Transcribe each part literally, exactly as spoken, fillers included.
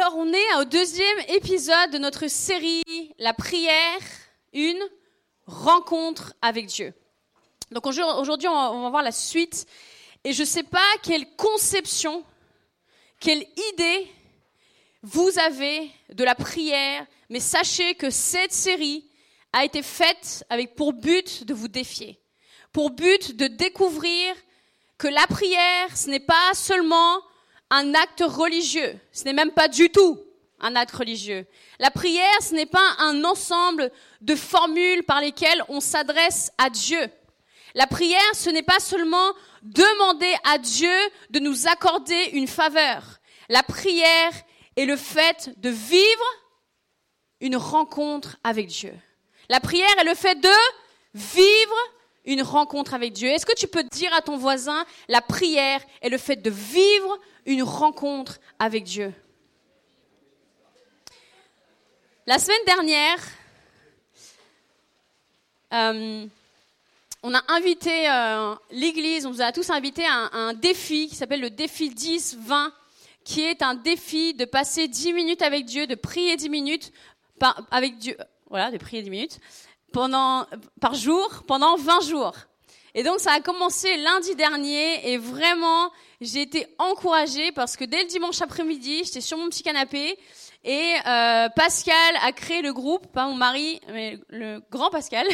Alors, on est au deuxième épisode de notre série « La prière, une rencontre avec Dieu ». Donc aujourd'hui, on va voir la suite. Et je ne sais pas quelle conception, quelle idée vous avez de la prière, mais sachez que cette série a été faite avec pour but de vous défier, pour but de découvrir que la prière, ce n'est pas seulement un acte religieux, ce n'est même pas du tout un acte religieux. La prière, ce n'est pas un ensemble de formules par lesquelles on s'adresse à Dieu. La prière, ce n'est pas seulement demander à Dieu de nous accorder une faveur. La prière est le fait de vivre une rencontre avec Dieu. La prière est le fait de vivre une rencontre avec Dieu. Est-ce que tu peux dire à ton voisin, la prière est le fait de vivre une rencontre avec Dieu? La semaine dernière, euh, on a invité euh, l'église, on vous a tous invités à un, à un défi qui s'appelle le défi dix vingt, qui est un défi de passer dix minutes avec Dieu, de prier dix minutes par, avec Dieu, voilà, de prier dix minutes pendant, par jour, pendant vingt jours. Et donc, ça a commencé lundi dernier et vraiment, j'ai été encouragée parce que dès le dimanche après-midi, j'étais sur mon petit canapé et euh, Pascal a créé le groupe, pas mon mari, mais le grand Pascal,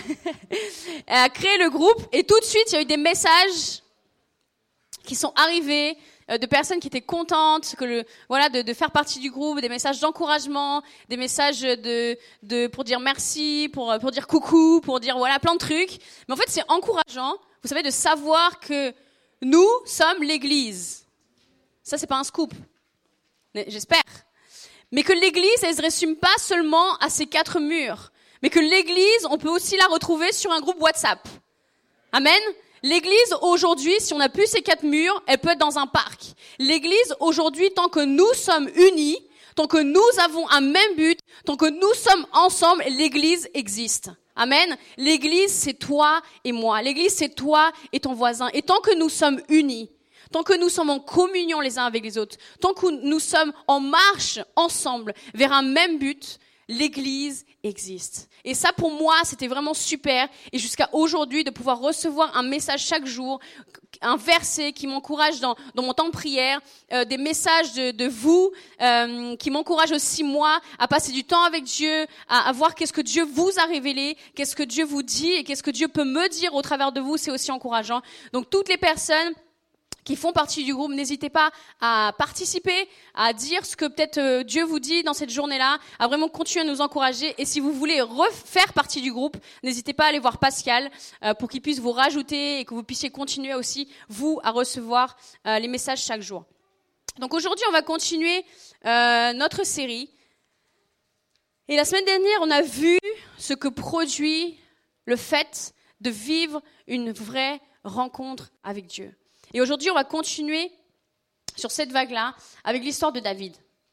a créé le groupe et tout de suite, il y a eu des messages qui sont arrivés euh, de personnes qui étaient contentes que le, voilà, de, de faire partie du groupe, des messages d'encouragement, des messages de, de pour dire merci, pour, pour dire coucou, pour dire voilà plein de trucs. Mais en fait, c'est encourageant. Vous savez, de savoir que nous sommes l'Église. Ça, c'est pas un scoop. J'espère. Mais que l'Église, elle se résume pas seulement à ces quatre murs. Mais que l'Église, on peut aussi la retrouver sur un groupe WhatsApp. Amen. L'Église, aujourd'hui, si on n'a plus ces quatre murs, elle peut être dans un parc. L'Église, aujourd'hui, tant que nous sommes unis, tant que nous avons un même but, tant que nous sommes ensemble, l'Église existe. Amen. L'église, c'est toi et moi. L'église, c'est toi et ton voisin. Et tant que nous sommes unis, tant que nous sommes en communion les uns avec les autres, tant que nous sommes en marche ensemble vers un même but, l'église existe. Et ça, pour moi, c'était vraiment super. Et jusqu'à aujourd'hui, de pouvoir recevoir un message chaque jour, un verset qui m'encourage dans, dans mon temps de prière, euh, des messages de, de vous euh, qui m'encouragent aussi moi à passer du temps avec Dieu, à, à voir qu'est-ce que Dieu vous a révélé, qu'est-ce que Dieu vous dit et qu'est-ce que Dieu peut me dire au travers de vous, c'est aussi encourageant. Donc toutes les personnes qui font partie du groupe, n'hésitez pas à participer, à dire ce que peut-être euh, Dieu vous dit dans cette journée-là, à vraiment continuer à nous encourager. Et si vous voulez refaire partie du groupe, n'hésitez pas à aller voir Pascal euh, pour qu'il puisse vous rajouter et que vous puissiez continuer aussi, vous, à recevoir euh, les messages chaque jour. Donc aujourd'hui, on va continuer euh, notre série. Et la semaine dernière, on a vu ce que produit le fait de vivre une vraie rencontre avec Dieu. Et aujourd'hui, on va continuer sur cette vague-là avec l'histoire de David.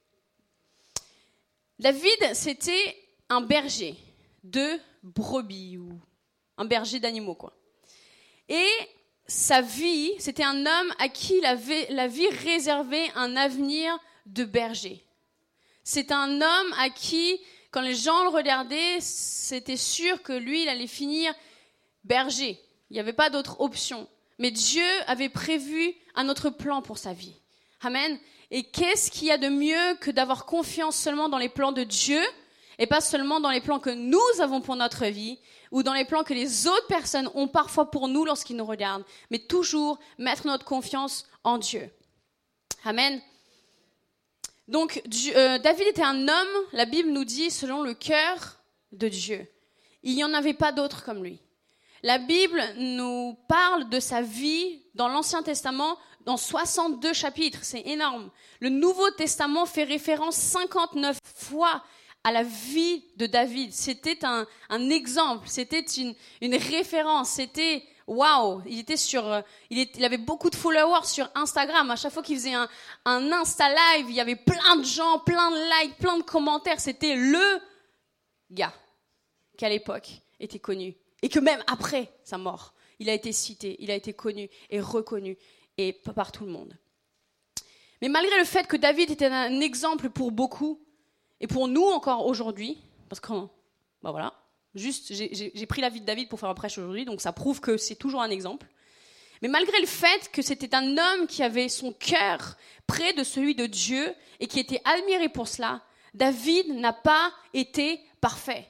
David, c'était un berger de brebis ou un berger d'animaux, quoi. Et sa vie, c'était un homme à qui la vie, la vie réservait un avenir de berger. C'est un homme à qui, quand les gens le regardaient, c'était sûr que lui, il allait finir berger. Il n'y avait pas d'autre option. Mais Dieu avait prévu un autre plan pour sa vie. Amen. Et qu'est-ce qu'il y a de mieux que d'avoir confiance seulement dans les plans de Dieu et pas seulement dans les plans que nous avons pour notre vie ou dans les plans que les autres personnes ont parfois pour nous lorsqu'ils nous regardent, mais toujours mettre notre confiance en Dieu. Amen. Donc, Dieu, euh, David était un homme, la Bible nous dit, selon le cœur de Dieu. Il n'y en avait pas d'autre comme lui. La Bible nous parle de sa vie dans l'Ancien Testament dans soixante-deux chapitres, c'est énorme. Le Nouveau Testament fait référence cinquante-neuf fois à la vie de David. C'était un, un exemple, c'était une, une référence, c'était waouh. Il était sur, il, est, il avait beaucoup de followers sur Instagram. À chaque fois qu'il faisait un, un Insta Live, il y avait plein de gens, plein de likes, plein de commentaires. C'était le gars qui à l'époque était connu. Et que même après sa mort, il a été cité, il a été connu et reconnu et par tout le monde. Mais malgré le fait que David était un exemple pour beaucoup, et pour nous encore aujourd'hui, parce que, ben voilà, juste, j'ai, j'ai, j'ai pris la vie de David pour faire un prêche aujourd'hui, donc ça prouve que c'est toujours un exemple. Mais malgré le fait que c'était un homme qui avait son cœur près de celui de Dieu et qui était admiré pour cela, David n'a pas été parfait.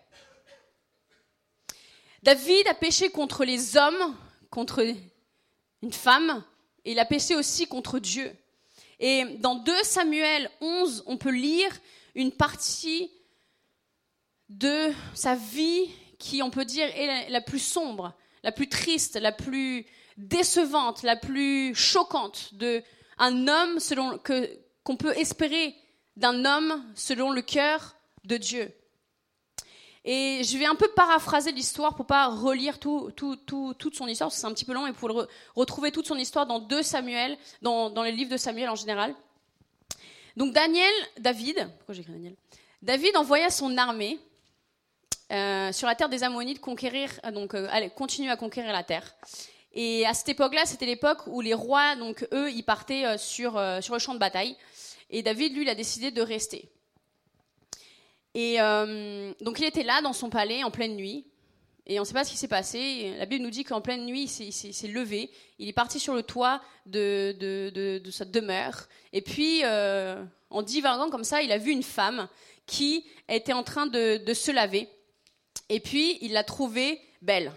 David a péché contre les hommes, contre une femme, et il a péché aussi contre Dieu. Et dans deux Samuel onze, on peut lire une partie de sa vie qui, on peut dire, est la plus sombre, la plus triste, la plus décevante, la plus choquante de un homme selon que qu'on peut espérer d'un homme selon le cœur de Dieu. Et je vais un peu paraphraser l'histoire pour pas relire tout, tout, tout, toute son histoire, parce que c'est un petit peu long, et pour le re- retrouver toute son histoire dans deux Samuel, dans, dans les livres de Samuel en général. Donc Daniel, David, pourquoi j'ai écrit Daniel ? David envoya son armée euh, sur la terre des Ammonites conquérir, donc euh, allez, continuer à conquérir la terre. Et à cette époque-là, c'était l'époque où les rois, donc eux, ils partaient euh, sur, euh, sur le champ de bataille. Et David, lui, il a décidé de rester. Et euh, donc il était là dans son palais en pleine nuit. Et on ne sait pas ce qui s'est passé. La Bible nous dit qu'en pleine nuit, il s'est, il s'est, il s'est levé. Il est parti sur le toit de, de, de, de sa demeure. Et puis, euh, en divaguant comme ça, il a vu une femme qui était en train de, de se laver. Et puis, il l'a trouvée belle.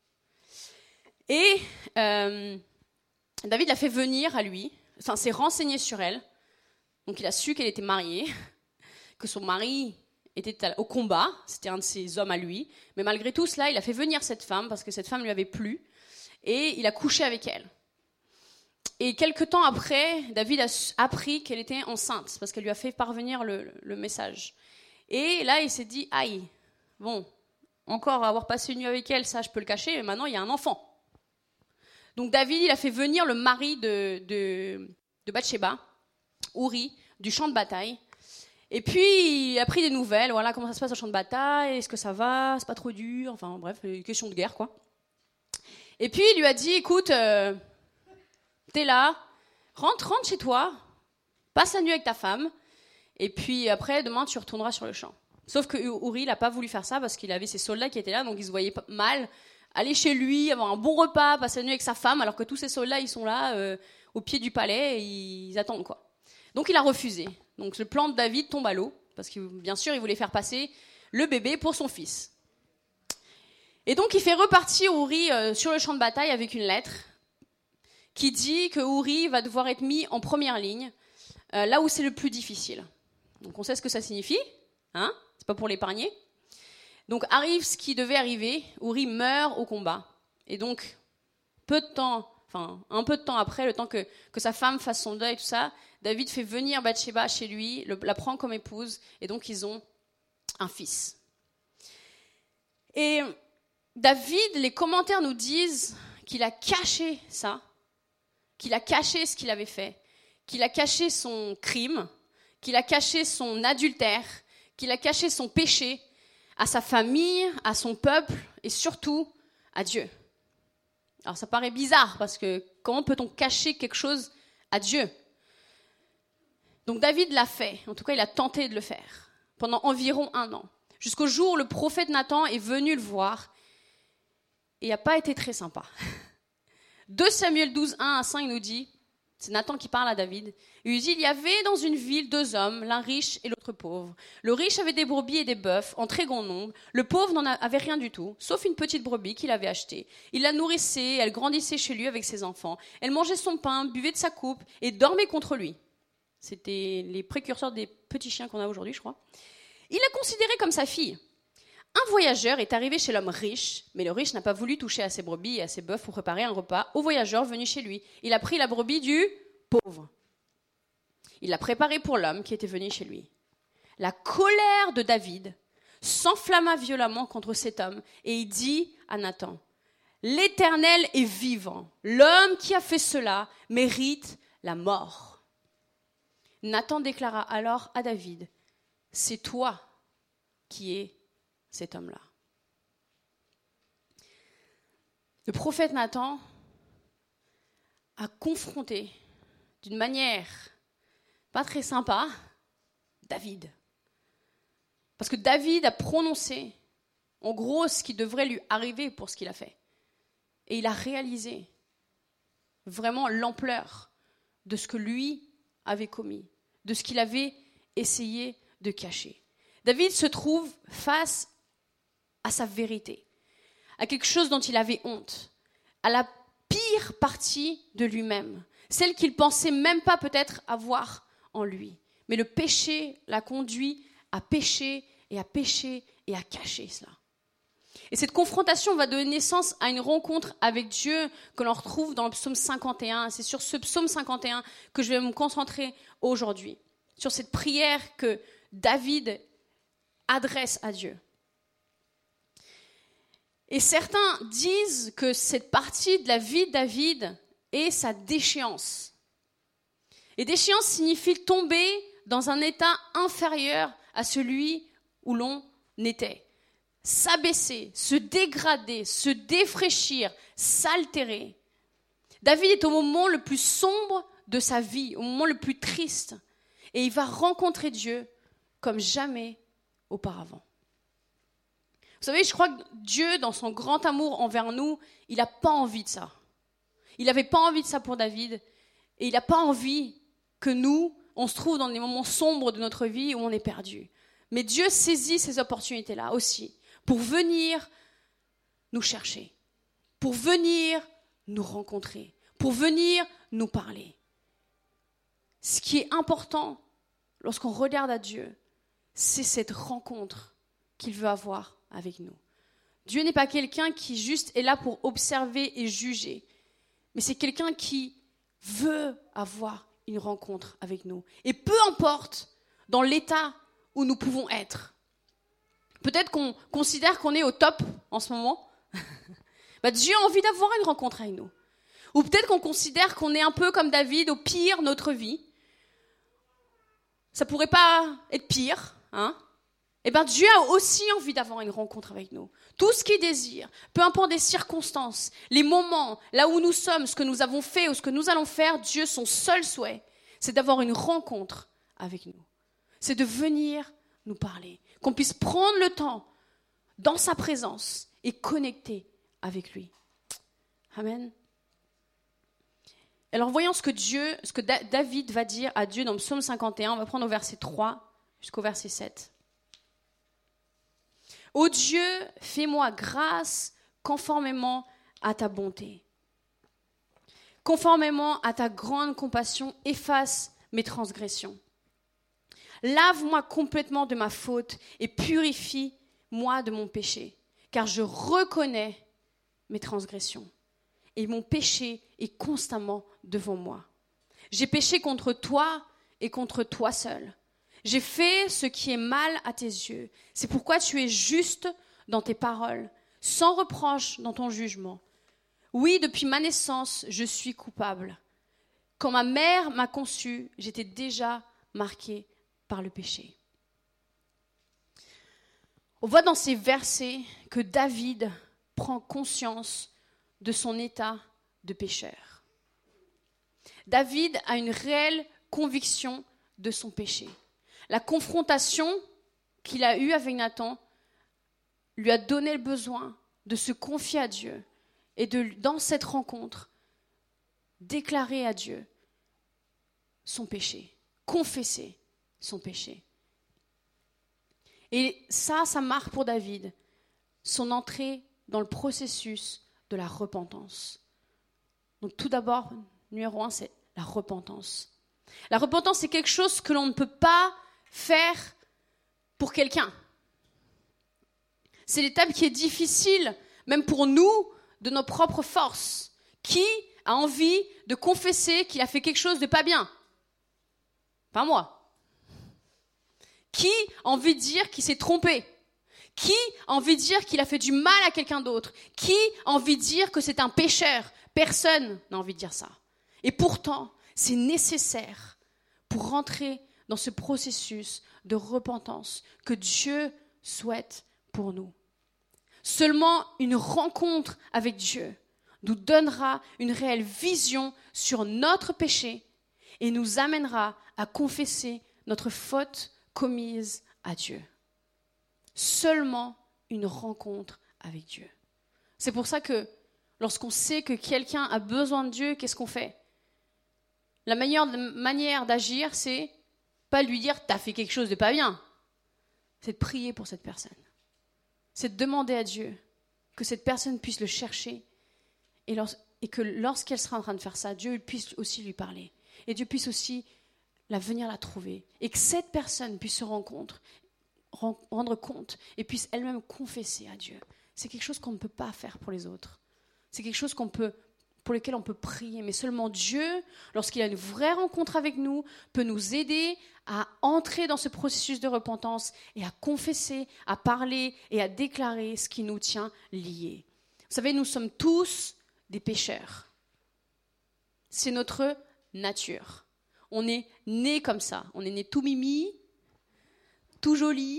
Et euh, David l'a fait venir à lui, enfin s'est renseigné sur elle. Donc il a su qu'elle était mariée, que son mari était au combat, c'était un de ses hommes à lui. Mais malgré tout cela, il a fait venir cette femme parce que cette femme lui avait plu. Et il a couché avec elle. Et quelque temps après, David a appris qu'elle était enceinte parce qu'elle lui a fait parvenir le, le message. Et là, il s'est dit, aïe, bon, encore avoir passé une nuit avec elle, ça je peux le cacher, mais maintenant il y a un enfant. Donc David, il a fait venir le mari de, de, de Bathsheba, Uri, du champ de bataille. Et puis, il a pris des nouvelles. Voilà, comment ça se passe au champ de bataille, est-ce que ça va, c'est pas trop dur, enfin bref, une question de guerre, quoi. Et puis, il lui a dit, écoute, euh, t'es là, rentre, rentre chez toi, passe la nuit avec ta femme, et puis après, demain, tu retourneras sur le champ. Sauf que Uri, il n'a pas voulu faire ça parce qu'il avait ses soldats qui étaient là, donc il se voyait mal. Aller chez lui, avoir un bon repas, passer la nuit avec sa femme, alors que tous ces soldats, ils sont là, euh, au pied du palais, et ils attendent, quoi. Donc il a refusé. Donc le plan de David tombe à l'eau, parce que bien sûr, il voulait faire passer le bébé pour son fils. Et donc il fait repartir Uri euh, sur le champ de bataille avec une lettre qui dit que Uri va devoir être mis en première ligne, euh, là où c'est le plus difficile. Donc on sait ce que ça signifie, hein ? C'est pas pour l'épargner. Donc arrive ce qui devait arriver, Uri meurt au combat. Et donc, peu de temps, enfin un peu de temps après, le temps que, que sa femme fasse son deuil et tout ça, David fait venir Bathsheba chez lui, le, la prend comme épouse, et donc ils ont un fils. Et David, les commentaires nous disent qu'il a caché ça, qu'il a caché ce qu'il avait fait, qu'il a caché son crime, qu'il a caché son adultère, qu'il a caché son péché, à sa famille, à son peuple et surtout à Dieu. Alors ça paraît bizarre parce que comment peut-on cacher quelque chose à Dieu ? Donc David l'a fait, en tout cas il a tenté de le faire, pendant environ un an, jusqu'au jour où le prophète Nathan est venu le voir et il n'a pas été très sympa. deux Samuel douze, un à cinq nous dit, c'est Nathan qui parle à David, il lui dit, il y avait dans une ville deux hommes, l'un riche et l'autre pauvre. Le riche avait des brebis et des bœufs en très grand nombre, le pauvre n'en avait rien du tout, sauf une petite brebis qu'il avait achetée. Il la nourrissait, elle grandissait chez lui avec ses enfants, elle mangeait son pain, buvait de sa coupe et dormait contre lui. C'était les précurseurs des petits chiens qu'on a aujourd'hui, je crois. Il la considérait comme sa fille. Un voyageur est arrivé chez l'homme riche, mais le riche n'a pas voulu toucher à ses brebis et à ses bœufs pour préparer un repas au voyageur venu chez lui. Il a pris la brebis du pauvre. Il l'a préparée pour l'homme qui était venu chez lui. La colère de David s'enflamma violemment contre cet homme et il dit à Nathan, « L'Éternel est vivant, l'homme qui a fait cela mérite la mort. » Nathan déclara alors à David, « C'est toi qui es cet homme-là. » Le prophète Nathan a confronté d'une manière pas très sympa, David. Parce que David a prononcé, en gros, ce qui devrait lui arriver pour ce qu'il a fait. Et il a réalisé vraiment l'ampleur de ce que lui avait commis, de ce qu'il avait essayé de cacher. David se trouve face à sa vérité, à quelque chose dont il avait honte, à la pire partie de lui-même, celle qu'il pensait même pas peut-être avoir en lui. Mais le péché l'a conduit à pécher et à pécher et à cacher cela. Et cette confrontation va donner naissance à une rencontre avec Dieu que l'on retrouve dans le psaume cinquante et un. C'est sur ce psaume cinquante et un que je vais me concentrer aujourd'hui, sur cette prière que David adresse à Dieu. Et certains disent que cette partie de la vie de David est sa déchéance. Et déchéance signifie tomber dans un état inférieur à celui où l'on était. S'abaisser, se dégrader, se défraîchir, s'altérer. David est au moment le plus sombre de sa vie, au moment le plus triste. Et il va rencontrer Dieu comme jamais auparavant. Vous savez, je crois que Dieu, dans son grand amour envers nous, il n'a pas envie de ça. Il n'avait pas envie de ça pour David. Et il n'a pas envie que nous, on se trouve dans des moments sombres de notre vie où on est perdu. Mais Dieu saisit ces opportunités-là aussi pour venir nous chercher, pour venir nous rencontrer, pour venir nous parler. Ce qui est important lorsqu'on regarde à Dieu, c'est cette rencontre qu'il veut avoir avec nous. Dieu n'est pas quelqu'un qui juste est là pour observer et juger, mais c'est quelqu'un qui veut avoir une rencontre avec nous. Et peu importe dans l'état où nous pouvons être. Peut-être qu'on considère qu'on est au top en ce moment. bah, Dieu a envie d'avoir une rencontre avec nous. Ou peut-être qu'on considère qu'on est un peu comme David, au pire de notre vie. Ça pourrait pas être pire, hein? Eh bien, Dieu a aussi envie d'avoir une rencontre avec nous. Tout ce qu'il désire, peu importe les circonstances, les moments, là où nous sommes, ce que nous avons fait ou ce que nous allons faire, Dieu, son seul souhait, c'est d'avoir une rencontre avec nous. C'est de venir nous parler, qu'on puisse prendre le temps dans sa présence et connecter avec lui. Amen. Alors, voyons ce que Dieu, ce que David va dire à Dieu dans le psaume cinquante et un. On va prendre au verset trois jusqu'au verset sept. Ô Dieu, fais-moi grâce conformément à ta bonté. Conformément à ta grande compassion, efface mes transgressions. Lave-moi complètement de ma faute et purifie-moi de mon péché, car je reconnais mes transgressions et mon péché est constamment devant moi. J'ai péché contre toi et contre toi seul. J'ai fait ce qui est mal à tes yeux. C'est pourquoi tu es juste dans tes paroles, sans reproche dans ton jugement. Oui, depuis ma naissance, je suis coupable. Quand ma mère m'a conçue, j'étais déjà marquée par le péché. On voit dans ces versets que David prend conscience de son état de pécheur. David a une réelle conviction de son péché. La confrontation qu'il a eue avec Nathan lui a donné le besoin de se confier à Dieu et de, dans cette rencontre, déclarer à Dieu son péché, confesser son péché. Et ça, ça marque pour David son entrée dans le processus de la repentance. Donc tout d'abord, numéro un, c'est la repentance. La repentance, c'est quelque chose que l'on ne peut pas faire pour quelqu'un. C'est l'étape qui est difficile, même pour nous, de nos propres forces. Qui a envie de confesser qu'il a fait quelque chose de pas bien? Pas moi. Qui a envie de dire qu'il s'est trompé? Qui a envie de dire qu'il a fait du mal à quelqu'un d'autre? Qui a envie de dire que c'est un pécheur? Personne n'a envie de dire ça. Et pourtant, c'est nécessaire pour rentrer dans ce processus de repentance que Dieu souhaite pour nous. Seulement une rencontre avec Dieu nous donnera une réelle vision sur notre péché et nous amènera à confesser notre faute commise à Dieu. Seulement une rencontre avec Dieu. C'est pour ça que lorsqu'on sait que quelqu'un a besoin de Dieu, qu'est-ce qu'on fait? La meilleure manière d'agir, c'est pas lui dire « t'as fait quelque chose de pas bien ». C'est de prier pour cette personne. C'est de demander à Dieu que cette personne puisse le chercher et, lors, et que lorsqu'elle sera en train de faire ça, Dieu puisse aussi lui parler. Et Dieu puisse aussi la venir la trouver. Et que cette personne puisse se rencontrer, rendre compte et puisse elle-même confesser à Dieu. C'est quelque chose qu'on ne peut pas faire pour les autres. C'est quelque chose qu'on peut, pour lequel on peut prier. Mais seulement Dieu, lorsqu'il a une vraie rencontre avec nous, peut nous aider à entrer dans ce processus de repentance et à confesser, à parler et à déclarer ce qui nous tient liés. Vous savez, nous sommes tous des pécheurs. C'est notre nature. On est né comme ça. On est né tout mimi, tout joli.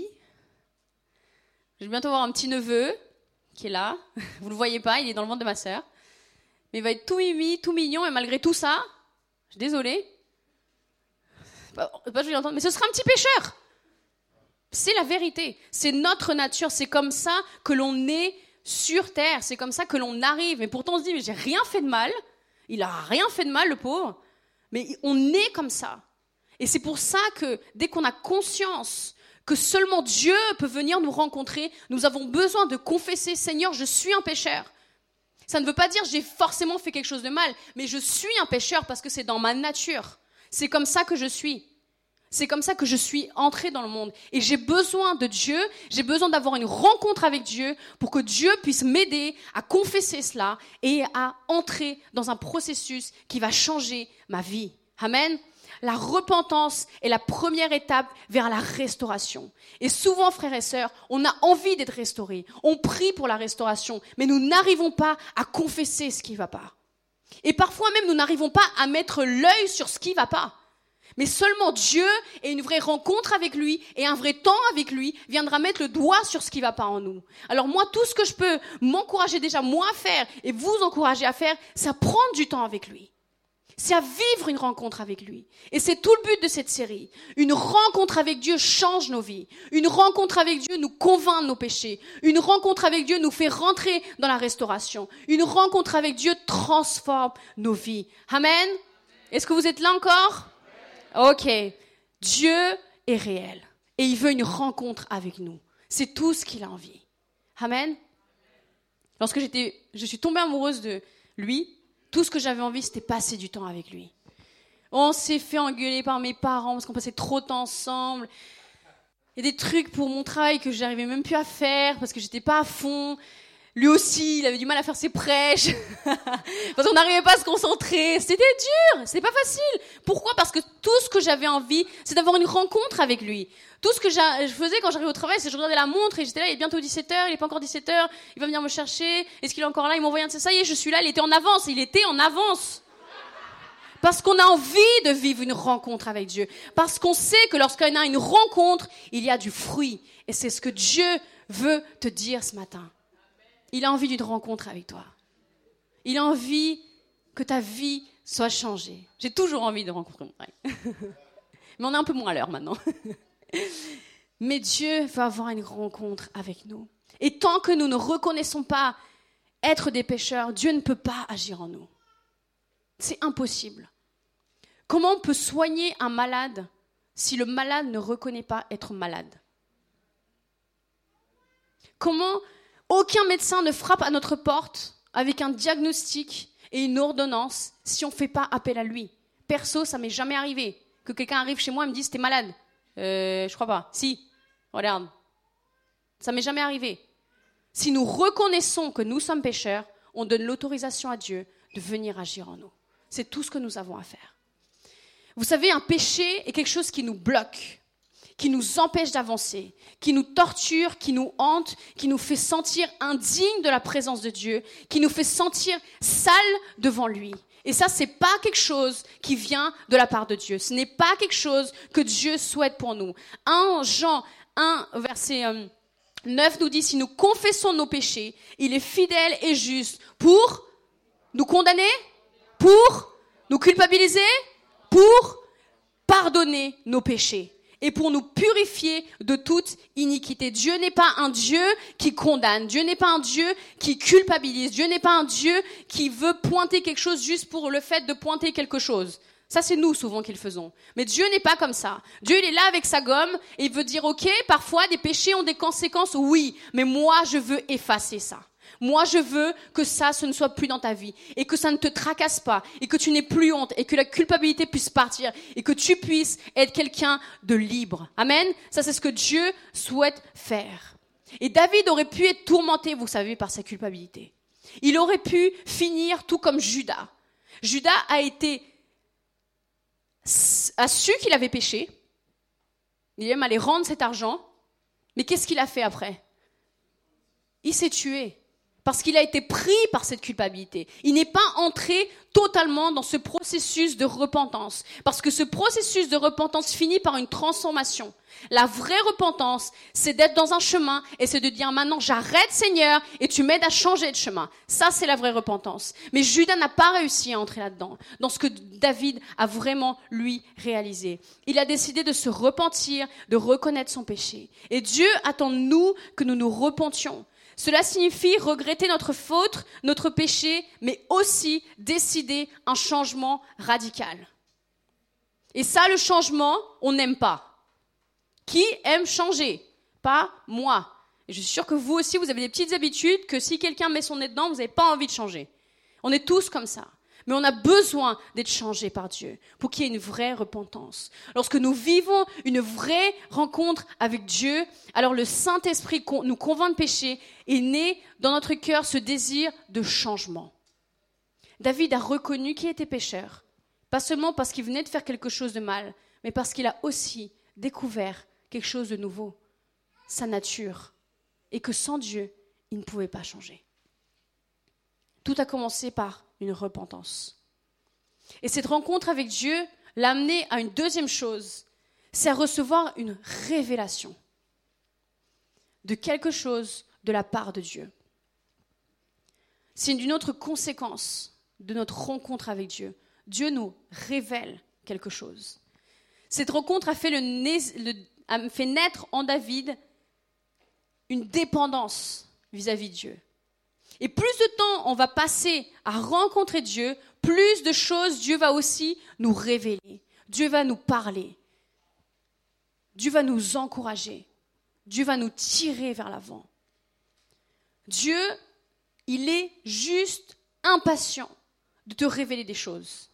Je vais bientôt avoir un petit neveu qui est là. Vous ne le voyez pas, il est dans le ventre de ma sœur. Mais il va être tout mimi, tout mignon, et malgré tout ça, je suis désolée, pas, pas je vais l'entendre, mais ce sera un petit pécheur. C'est la vérité. C'est notre nature. C'est comme ça que l'on est sur terre. C'est comme ça que l'on arrive. Mais pourtant, on se dit, mais j'ai rien fait de mal. Il a rien fait de mal, le pauvre. Mais on est comme ça. Et c'est pour ça que dès qu'on a conscience que seulement Dieu peut venir nous rencontrer, nous avons besoin de confesser, Seigneur, je suis un pécheur. Ça ne veut pas dire j'ai forcément fait quelque chose de mal, mais je suis un pécheur parce que c'est dans ma nature. C'est comme ça que je suis. C'est comme ça que je suis entrée dans le monde. Et j'ai besoin de Dieu, j'ai besoin d'avoir une rencontre avec Dieu pour que Dieu puisse m'aider à confesser cela et à entrer dans un processus qui va changer ma vie. Amen. La repentance est la première étape vers la restauration. Et souvent, frères et sœurs, on a envie d'être restaurés. On prie pour la restauration, mais nous n'arrivons pas à confesser ce qui ne va pas. Et parfois même, nous n'arrivons pas à mettre l'œil sur ce qui ne va pas. Mais seulement Dieu et une vraie rencontre avec lui et un vrai temps avec lui viendra mettre le doigt sur ce qui ne va pas en nous. Alors moi, tout ce que je peux m'encourager déjà moi à faire et vous encourager à faire, c'est à prendre du temps avec lui. C'est à vivre une rencontre avec lui. Et c'est tout le but de cette série. Une rencontre avec Dieu change nos vies. Une rencontre avec Dieu nous convainc de nos péchés. Une rencontre avec Dieu nous fait rentrer dans la restauration. Une rencontre avec Dieu transforme nos vies. Amen. Est-ce que vous êtes là encore? Ok. Dieu est réel. Et il veut une rencontre avec nous. C'est tout ce qu'il a envie. Amen. Lorsque j'étais, je suis tombée amoureuse de lui, tout ce que j'avais envie, c'était passer du temps avec lui. On s'est fait engueuler par mes parents parce qu'on passait trop de temps ensemble. Il y a des trucs pour mon travail que j'arrivais même plus à faire parce que j'étais pas à fond. Lui aussi, il avait du mal à faire ses prêches parce qu'on n'arrivait pas à se concentrer. C'était dur, c'était pas facile. Pourquoi? Parce que tout ce que j'avais envie, c'est d'avoir une rencontre avec lui. Tout ce que je faisais quand j'arrivais au travail, c'est que je regardais la montre et j'étais là, il est bientôt dix-sept heures, il est pas encore dix-sept heures, il va venir me chercher, est-ce qu'il est encore là? Il m'envoie un de ça, ça y est, je suis là, il était en avance, il était en avance. Parce qu'on a envie de vivre une rencontre avec Dieu. Parce qu'on sait que lorsqu'on a une rencontre, il y a du fruit. Et c'est ce que Dieu veut te dire ce matin. Il a envie d'une rencontre avec toi. Il a envie que ta vie soit changée. J'ai toujours envie de rencontrer mon frère. Mais on est un peu moins à l'heure maintenant. Mais Dieu veut avoir une rencontre avec nous. Et tant que nous ne reconnaissons pas être des pécheurs, Dieu ne peut pas agir en nous. C'est impossible. Comment on peut soigner un malade si le malade ne reconnaît pas être malade? Comment aucun médecin ne frappe à notre porte avec un diagnostic et une ordonnance si on ne fait pas appel à lui? Perso, ça m'est jamais arrivé que quelqu'un arrive chez moi et me dise « t'es malade ». Euh, je crois pas. Si, regarde. Ça m'est jamais arrivé. Si nous reconnaissons que nous sommes pécheurs, on donne l'autorisation à Dieu de venir agir en nous. C'est tout ce que nous avons à faire. Vous savez, un péché est quelque chose qui nous bloque, qui nous empêche d'avancer, qui nous torture, qui nous hante, qui nous fait sentir indignes de la présence de Dieu, qui nous fait sentir sales devant lui. Et ça, c'est pas quelque chose qui vient de la part de Dieu. Ce n'est pas quelque chose que Dieu souhaite pour nous. un Jean un, verset neuf nous dit, si nous confessons nos péchés, il est fidèle et juste pour nous condamner, pour nous culpabiliser, pour pardonner nos péchés et pour nous purifier de toute iniquité. Dieu n'est pas un Dieu qui condamne. Dieu n'est pas un Dieu qui culpabilise. Dieu n'est pas un Dieu qui veut pointer quelque chose juste pour le fait de pointer quelque chose. Ça, c'est nous souvent qui le faisons. Mais Dieu n'est pas comme ça. Dieu, il est là avec sa gomme et il veut dire, ok, parfois des péchés ont des conséquences, oui, mais moi, je veux effacer ça. Moi, je veux que ça, ce ne soit plus dans ta vie et que ça ne te tracasse pas et que tu n'aies plus honte et que la culpabilité puisse partir et que tu puisses être quelqu'un de libre. Amen. Ça, c'est ce que Dieu souhaite faire. Et David aurait pu être tourmenté, vous savez, par sa culpabilité. Il aurait pu finir tout comme Judas. Judas a été, a su qu'il avait péché. Il est même allé rendre cet argent. Mais qu'est-ce qu'il a fait après? Il s'est tué. Parce qu'il a été pris par cette culpabilité. Il n'est pas entré totalement dans ce processus de repentance. Parce que ce processus de repentance finit par une transformation. La vraie repentance, c'est d'être dans un chemin et c'est de dire maintenant j'arrête Seigneur et tu m'aides à changer de chemin. Ça, c'est la vraie repentance. Mais Judas n'a pas réussi à entrer là-dedans, dans ce que David a vraiment, lui, réalisé. Il a décidé de se repentir, de reconnaître son péché. Et Dieu attend de nous que nous nous repentions. Cela signifie regretter notre faute, notre péché, mais aussi décider un changement radical. Et ça, le changement, on n'aime pas. Qui aime changer? Pas moi. Et je suis sûre que vous aussi, vous avez des petites habitudes que si quelqu'un met son nez dedans, vous n'avez pas envie de changer. On est tous comme ça. Mais on a besoin d'être changé par Dieu pour qu'il y ait une vraie repentance. Lorsque nous vivons une vraie rencontre avec Dieu, alors le Saint-Esprit nous convainc de péché et naît dans notre cœur ce désir de changement. David a reconnu qu'il était pécheur, pas seulement parce qu'il venait de faire quelque chose de mal, mais parce qu'il a aussi découvert quelque chose de nouveau, sa nature, et que sans Dieu, il ne pouvait pas changer. Tout a commencé par une repentance. Et cette rencontre avec Dieu l'a amené à une deuxième chose, c'est à recevoir une révélation de quelque chose de la part de Dieu. C'est une autre conséquence de notre rencontre avec Dieu. Dieu nous révèle quelque chose. Cette rencontre a fait, le, le, a fait naître en David une dépendance vis-à-vis de Dieu. Et plus de temps on va passer à rencontrer Dieu, plus de choses Dieu va aussi nous révéler. Dieu va nous parler. Dieu va nous encourager. Dieu va nous tirer vers l'avant. Dieu, il est juste impatient de te révéler des choses.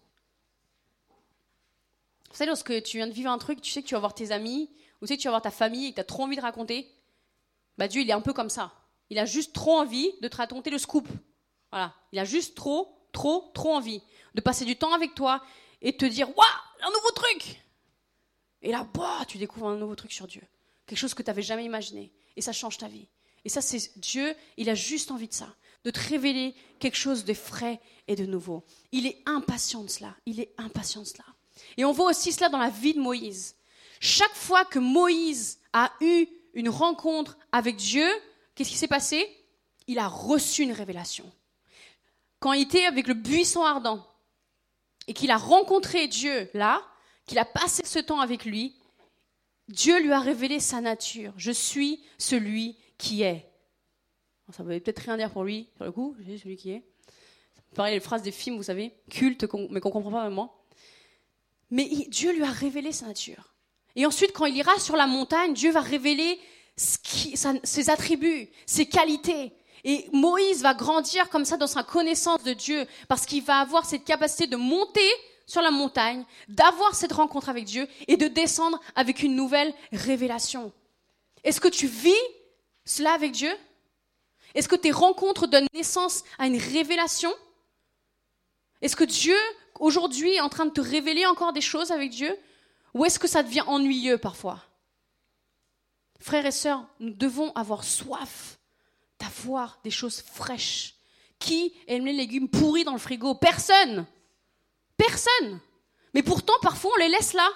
Vous savez, lorsque tu viens de vivre un truc, tu sais que tu vas voir tes amis, ou tu sais que tu vas voir ta famille et que tu as trop envie de raconter, bah Dieu, il est un peu comme ça. Il a juste trop envie de te raconter le scoop. Voilà. Il a juste trop, trop, trop envie de passer du temps avec toi et de te dire « Waouh, un nouveau truc !» Et là, bah, tu découvres un nouveau truc sur Dieu. Quelque chose que tu n'avais jamais imaginé. Et ça change ta vie. Et ça, c'est Dieu, il a juste envie de ça. De te révéler quelque chose de frais et de nouveau. Il est impatient de cela. Il est impatient de cela. Et on voit aussi cela dans la vie de Moïse. Chaque fois que Moïse a eu une rencontre avec Dieu, qu'est-ce qui s'est passé? Il a reçu une révélation. Quand il était avec le buisson ardent et qu'il a rencontré Dieu là, qu'il a passé ce temps avec lui, Dieu lui a révélé sa nature. Je suis celui qui est. Ça ne veut peut-être rien dire pour lui, sur le coup, je suis celui qui est. Pareil, les phrases des films, vous savez, cultes, mais qu'on ne comprend pas vraiment. Mais il, Dieu lui a révélé sa nature. Et ensuite, quand il ira sur la montagne, Dieu va révéler ce qui, sa, ses attributs, ses qualités. Et Moïse va grandir comme ça dans sa connaissance de Dieu, parce qu'il va avoir cette capacité de monter sur la montagne, d'avoir cette rencontre avec Dieu et de descendre avec une nouvelle révélation. Est-ce que tu vis cela avec Dieu? Est-ce que tes rencontres donnent naissance à une révélation? Est-ce que Dieu, aujourd'hui, est en train de te révéler encore des choses avec Dieu? Ou est-ce que ça devient ennuyeux parfois? Frères et sœurs, nous devons avoir soif d'avoir des choses fraîches. Qui aime les légumes pourris dans le frigo? Personne. Personne. Mais pourtant, parfois, on les laisse là.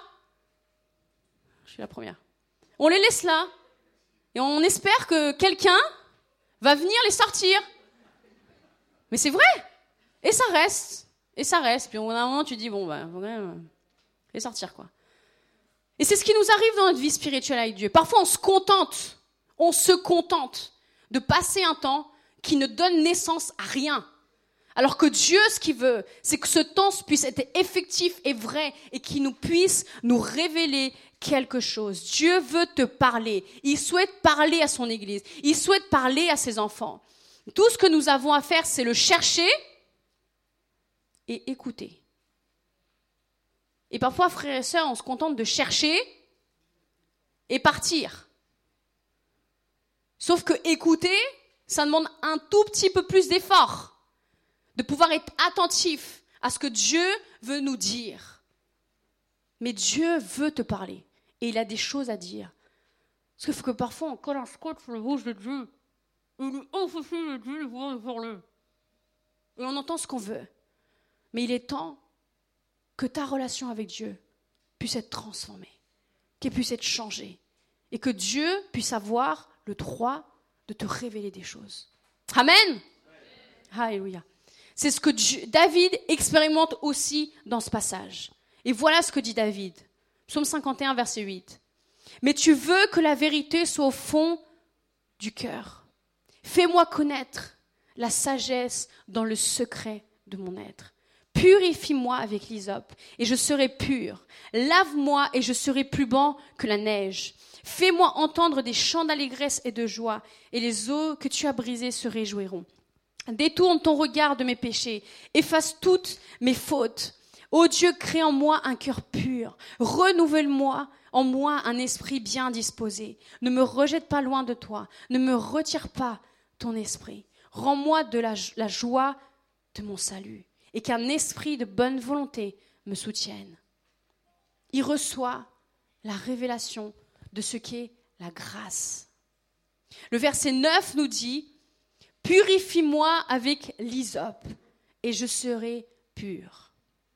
Je suis la première. On les laisse là. Et on espère que quelqu'un va venir les sortir. Mais c'est vrai. Et ça reste. Et ça reste. Puis au bout d'un moment, tu dis, bon, bah, quand même, Et sortir, quoi. Et c'est ce qui nous arrive dans notre vie spirituelle avec Dieu. Parfois, on se contente, on se contente de passer un temps qui ne donne naissance à rien. Alors que Dieu, ce qu'il veut, c'est que ce temps puisse être effectif et vrai et qu'il nous puisse nous révéler quelque chose. Dieu veut te parler. Il souhaite parler à son Église. Il souhaite parler à ses enfants. Tout ce que nous avons à faire, c'est le chercher et écouter. Et parfois, frères et sœurs, on se contente de chercher et partir. Sauf que écouter, ça demande un tout petit peu plus d'effort. De pouvoir être attentif à ce que Dieu veut nous dire. Mais Dieu veut te parler. Et il a des choses à dire. Parce qu'il faut que parfois on colle un scotch sur le bouche de Dieu. Il est impossible de Dieu de parler. Et on entend ce qu'on veut. Mais il est temps que ta relation avec Dieu puisse être transformée. Qu'elle puisse être changée. Et que Dieu puisse avoir le droit de te révéler des choses. Amen. Alléluia. C'est ce que Dieu, David expérimente aussi dans ce passage. Et voilà ce que dit David. Psaume cinquante et un, verset huit. Mais tu veux que la vérité soit au fond du cœur. Fais-moi connaître la sagesse dans le secret de mon être. Purifie-moi avec l'hysope et je serai pur. Lave-moi et je serai plus blanc que la neige. Fais-moi entendre des chants d'allégresse et de joie et les eaux que tu as brisées se réjouiront. Détourne ton regard de mes péchés, efface toutes mes fautes. Ô Dieu, crée en moi un cœur pur, renouvelle-moi en moi un esprit bien disposé. Ne me rejette pas loin de toi, ne me retire pas ton esprit. Rends-moi de la, la joie de mon salut et qu'un esprit de bonne volonté me soutienne. Il reçoit la révélation de ce qu'est la grâce. Le verset neuf nous dit « Purifie-moi avec l'hysope et je serai pur. »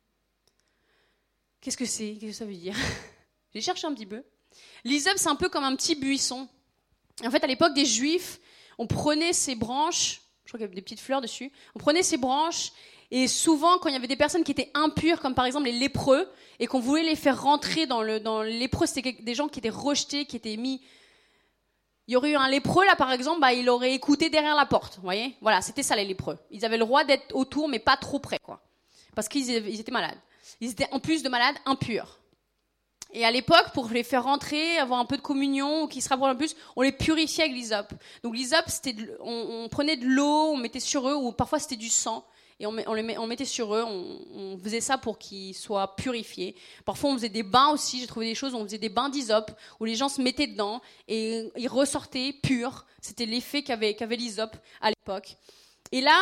Qu'est-ce que c'est ? Qu'est-ce que ça veut dire ? J'ai cherché un petit peu. L'hysope, c'est un peu comme un petit buisson. En fait, à l'époque des Juifs, on prenait ces branches, je crois qu'il y avait des petites fleurs dessus, on prenait ces branches et souvent, quand il y avait des personnes qui étaient impures, comme par exemple les lépreux, et qu'on voulait les faire rentrer dans le, dans le lépreux, c'était des gens qui étaient rejetés, qui étaient mis... Il y aurait eu un lépreux, là, par exemple, bah, il aurait écouté derrière la porte, vous voyez ? Voilà, c'était ça, les lépreux. Ils avaient le droit d'être autour, mais pas trop près, quoi. Parce qu'ils ils étaient malades. Ils étaient, en plus de malades, impurs. Et à l'époque, pour les faire rentrer, avoir un peu de communion, ou qu'ils se rapprochent un peu plus, on les purifiait avec l'hysope. Donc l'hysope, c'était, de, on, on prenait de l'eau, on mettait sur eux, ou parfois c'était du sang, et on, on, les, on mettait sur eux, on, on faisait ça pour qu'ils soient purifiés. Parfois, on faisait des bains aussi, j'ai trouvé des choses, on faisait des bains d'hysope, où les gens se mettaient dedans, et ils ressortaient purs. C'était l'effet qu'avait, qu'avait l'hysope à l'époque. Et là,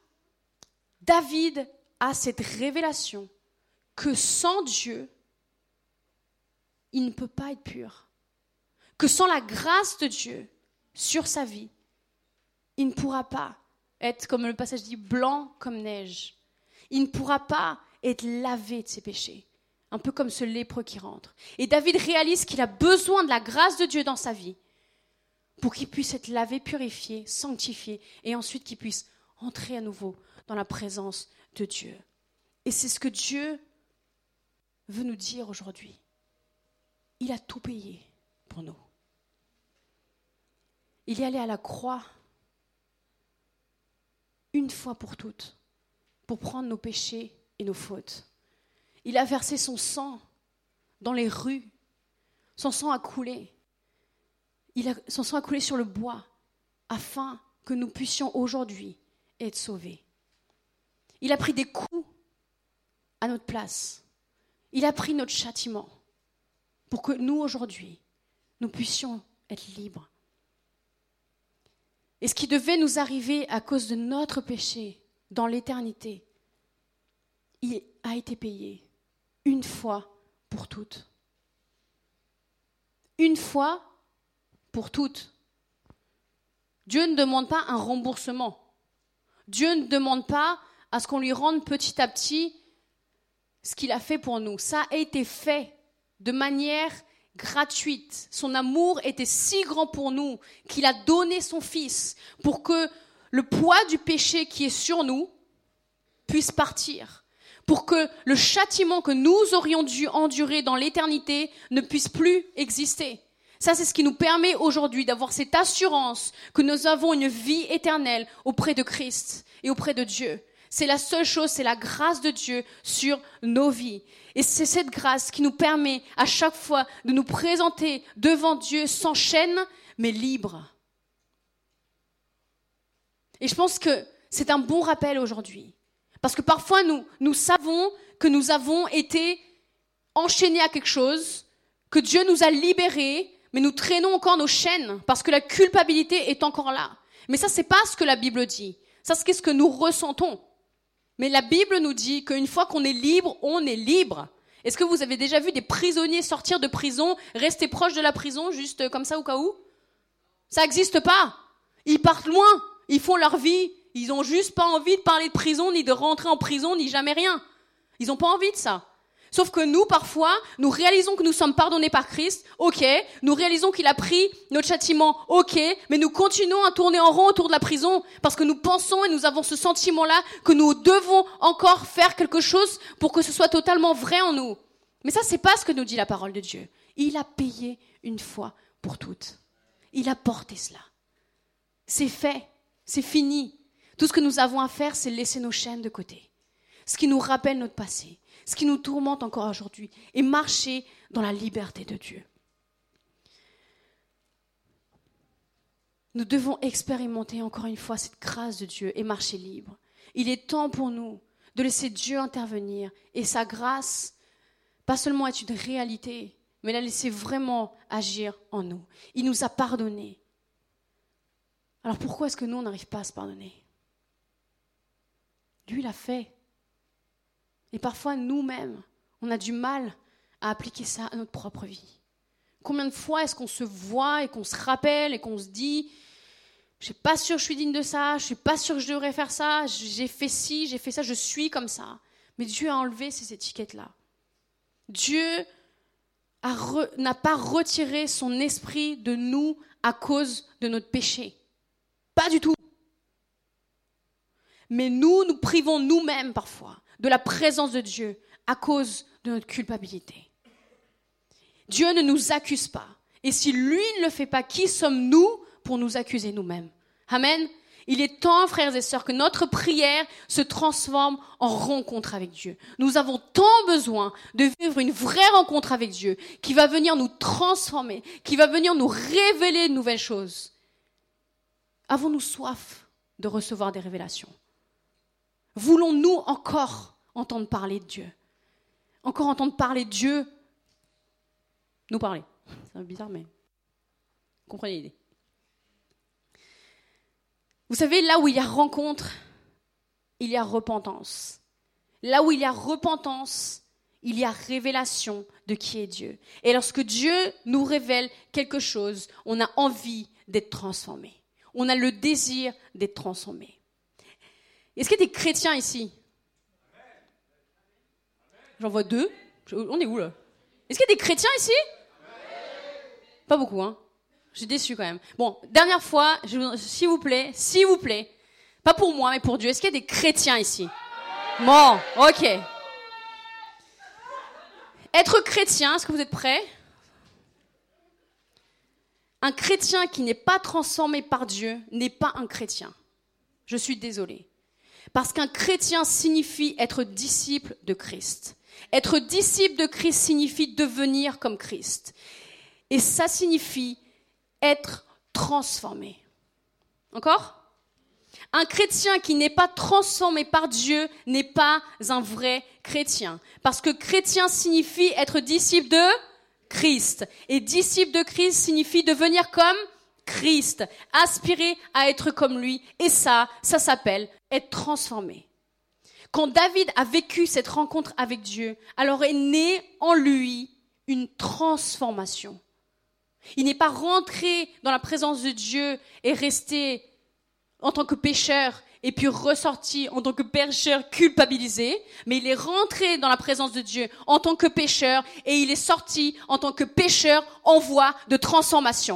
David a cette révélation que sans Dieu, il ne peut pas être pur. Que sans la grâce de Dieu sur sa vie, il ne pourra pas être, comme le passage dit, blanc comme neige. Il ne pourra pas être lavé de ses péchés. Un peu comme ce lépreux qui rentre. Et David réalise qu'il a besoin de la grâce de Dieu dans sa vie pour qu'il puisse être lavé, purifié, sanctifié et ensuite qu'il puisse entrer à nouveau dans la présence de Dieu. Et c'est ce que Dieu veut nous dire aujourd'hui. Il a tout payé pour nous. Il est allé à la croix une fois pour toutes pour prendre nos péchés et nos fautes. Il a versé son sang dans les rues. Son sang a coulé. Il a, son sang a coulé sur le bois afin que nous puissions aujourd'hui être sauvés. Il a pris des coups à notre place. Il a pris notre châtiment pour que nous, aujourd'hui, nous puissions être libres. Et ce qui devait nous arriver à cause de notre péché dans l'éternité, il a été payé une fois pour toutes. Une fois pour toutes. Dieu ne demande pas un remboursement. Dieu ne demande pas à ce qu'on lui rende petit à petit ce qu'il a fait pour nous. Ça a été fait de manière gratuite. Son amour était si grand pour nous qu'il a donné son Fils pour que le poids du péché qui est sur nous puisse partir, pour que le châtiment que nous aurions dû endurer dans l'éternité ne puisse plus exister. Ça, c'est ce qui nous permet aujourd'hui d'avoir cette assurance que nous avons une vie éternelle auprès de Christ et auprès de Dieu. C'est la seule chose, c'est la grâce de Dieu sur nos vies. Et c'est cette grâce qui nous permet à chaque fois de nous présenter devant Dieu sans chaîne, mais libre. Et je pense que c'est un bon rappel aujourd'hui. Parce que parfois, nous, nous savons que nous avons été enchaînés à quelque chose, que Dieu nous a libérés, mais nous traînons encore nos chaînes parce que la culpabilité est encore là. Mais ça, c'est pas ce que la Bible dit. Ça, c'est ce que nous ressentons. Mais la Bible nous dit qu'une fois qu'on est libre, on est libre. Est-ce que vous avez déjà vu des prisonniers sortir de prison, rester proche de la prison, juste comme ça au cas où? Ça n'existe pas. Ils partent loin, ils font leur vie. Ils n'ont juste pas envie de parler de prison, ni de rentrer en prison, ni jamais rien. Ils n'ont pas envie de ça. Sauf que nous, parfois, nous réalisons que nous sommes pardonnés par Christ, ok, nous réalisons qu'il a pris notre châtiment, ok, mais nous continuons à tourner en rond autour de la prison parce que nous pensons et nous avons ce sentiment-là que nous devons encore faire quelque chose pour que ce soit totalement vrai en nous. Mais ça, c'est pas ce que nous dit la parole de Dieu. Il a payé une fois pour toutes. Il a porté cela. C'est fait, c'est fini. Tout ce que nous avons à faire, c'est laisser nos chaînes de côté. Ce qui nous rappelle notre passé. Ce qui nous tourmente encore aujourd'hui, et marcher dans la liberté de Dieu. Nous devons expérimenter encore une fois cette grâce de Dieu et marcher libre. Il est temps pour nous de laisser Dieu intervenir et sa grâce, pas seulement être une réalité, mais la laisser vraiment agir en nous. Il nous a pardonnés. Alors pourquoi est-ce que nous, on n'arrive pas à se pardonner? Lui, il a fait. Et parfois, nous-mêmes, on a du mal à appliquer ça à notre propre vie. Combien de fois est-ce qu'on se voit et qu'on se rappelle et qu'on se dit « Je ne suis pas sûre que je suis digne de ça, je ne suis pas sûre que je devrais faire ça, j'ai fait ci, j'ai fait ça, je suis comme ça. » Mais Dieu a enlevé ces étiquettes-là. Dieu a re, n'a pas retiré son esprit de nous à cause de notre péché. Pas du tout. Mais nous, nous privons nous-mêmes parfois de la présence de Dieu à cause de notre culpabilité. Dieu ne nous accuse pas. Et si lui ne le fait pas, qui sommes-nous pour nous accuser nous-mêmes? Amen. Il est temps, frères et sœurs, que notre prière se transforme en rencontre avec Dieu. Nous avons tant besoin de vivre une vraie rencontre avec Dieu qui va venir nous transformer, qui va venir nous révéler de nouvelles choses. Avons-nous soif de recevoir des révélations? Voulons-nous encore entendre parler de Dieu? Encore entendre parler de Dieu? Nous parler. C'est bizarre, mais comprenez l'idée. Vous savez, là où il y a rencontre, il y a repentance. Là où il y a repentance, il y a révélation de qui est Dieu. Et lorsque Dieu nous révèle quelque chose, on a envie d'être transformé. On a le désir d'être transformé. Est-ce qu'il y a des chrétiens ici? J'en vois deux. On est où là? Est-ce qu'il y a des chrétiens ici? Pas beaucoup, hein. Je suis déçue quand même. Bon, dernière fois, je, s'il vous plaît, s'il vous plaît, pas pour moi, mais pour Dieu, est-ce qu'il y a des chrétiens ici? Bon, ok. Être chrétien, est-ce que vous êtes prêts? Un chrétien qui n'est pas transformé par Dieu n'est pas un chrétien. Je suis désolée. Parce qu'un chrétien signifie être disciple de Christ. Être disciple de Christ signifie devenir comme Christ. Et ça signifie être transformé. Encore? Un chrétien qui n'est pas transformé par Dieu n'est pas un vrai chrétien. Parce que chrétien signifie être disciple de Christ. Et disciple de Christ signifie devenir comme Christ. Aspirer à être comme lui. Et ça, ça s'appelle être transformé. Quand David a vécu cette rencontre avec Dieu, alors est née en lui une transformation. Il n'est pas rentré dans la présence de Dieu et resté en tant que pécheur et puis ressorti en tant que pécheur culpabilisé, mais il est rentré dans la présence de Dieu en tant que pécheur et il est sorti en tant que pécheur en voie de transformation.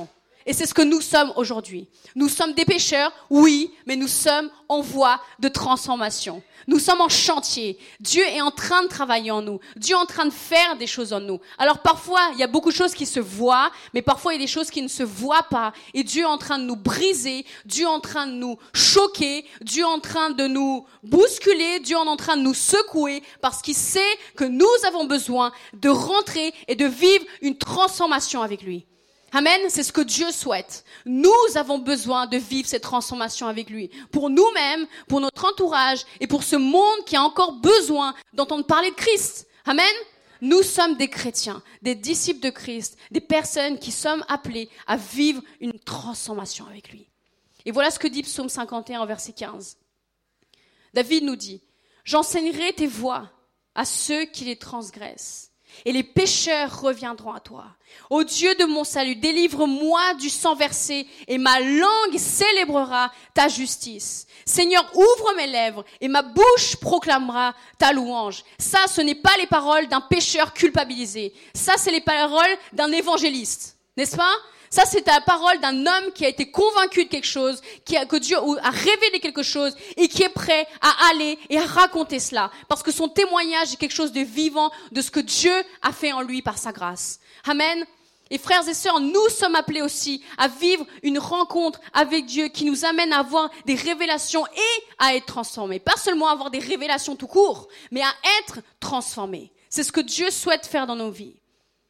Et c'est ce que nous sommes aujourd'hui. Nous sommes des pécheurs, oui, mais nous sommes en voie de transformation. Nous sommes en chantier. Dieu est en train de travailler en nous. Dieu est en train de faire des choses en nous. Alors parfois, il y a beaucoup de choses qui se voient, mais parfois il y a des choses qui ne se voient pas. Et Dieu est en train de nous briser, Dieu est en train de nous choquer, Dieu est en train de nous bousculer, Dieu est en train de nous secouer, parce qu'il sait que nous avons besoin de rentrer et de vivre une transformation avec lui. Amen, c'est ce que Dieu souhaite. Nous avons besoin de vivre cette transformation avec lui. Pour nous-mêmes, pour notre entourage et pour ce monde qui a encore besoin d'entendre parler de Christ. Amen. Nous sommes des chrétiens, des disciples de Christ, des personnes qui sommes appelées à vivre une transformation avec lui. Et voilà ce que dit Psaume cinquante et un, verset quinze. David nous dit, « J'enseignerai tes voies à ceux qui les transgressent. Et les pécheurs reviendront à toi. Ô Dieu de mon salut, délivre-moi du sang versé et ma langue célébrera ta justice. Seigneur, ouvre mes lèvres et ma bouche proclamera ta louange. » Ça, ce n'est pas les paroles d'un pécheur culpabilisé. Ça, c'est les paroles d'un évangéliste. N'est-ce pas ? Ça, c'est la parole d'un homme qui a été convaincu de quelque chose, qui a, que Dieu a révélé quelque chose et qui est prêt à aller et à raconter cela. Parce que son témoignage est quelque chose de vivant de ce que Dieu a fait en lui par sa grâce. Amen. Et frères et sœurs, nous sommes appelés aussi à vivre une rencontre avec Dieu qui nous amène à avoir des révélations et à être transformés. Pas seulement avoir des révélations tout court, mais à être transformés. C'est ce que Dieu souhaite faire dans nos vies.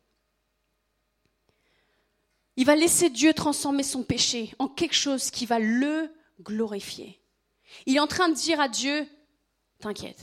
Il va laisser Dieu transformer son péché en quelque chose qui va le glorifier. Il est en train de dire à Dieu, t'inquiète,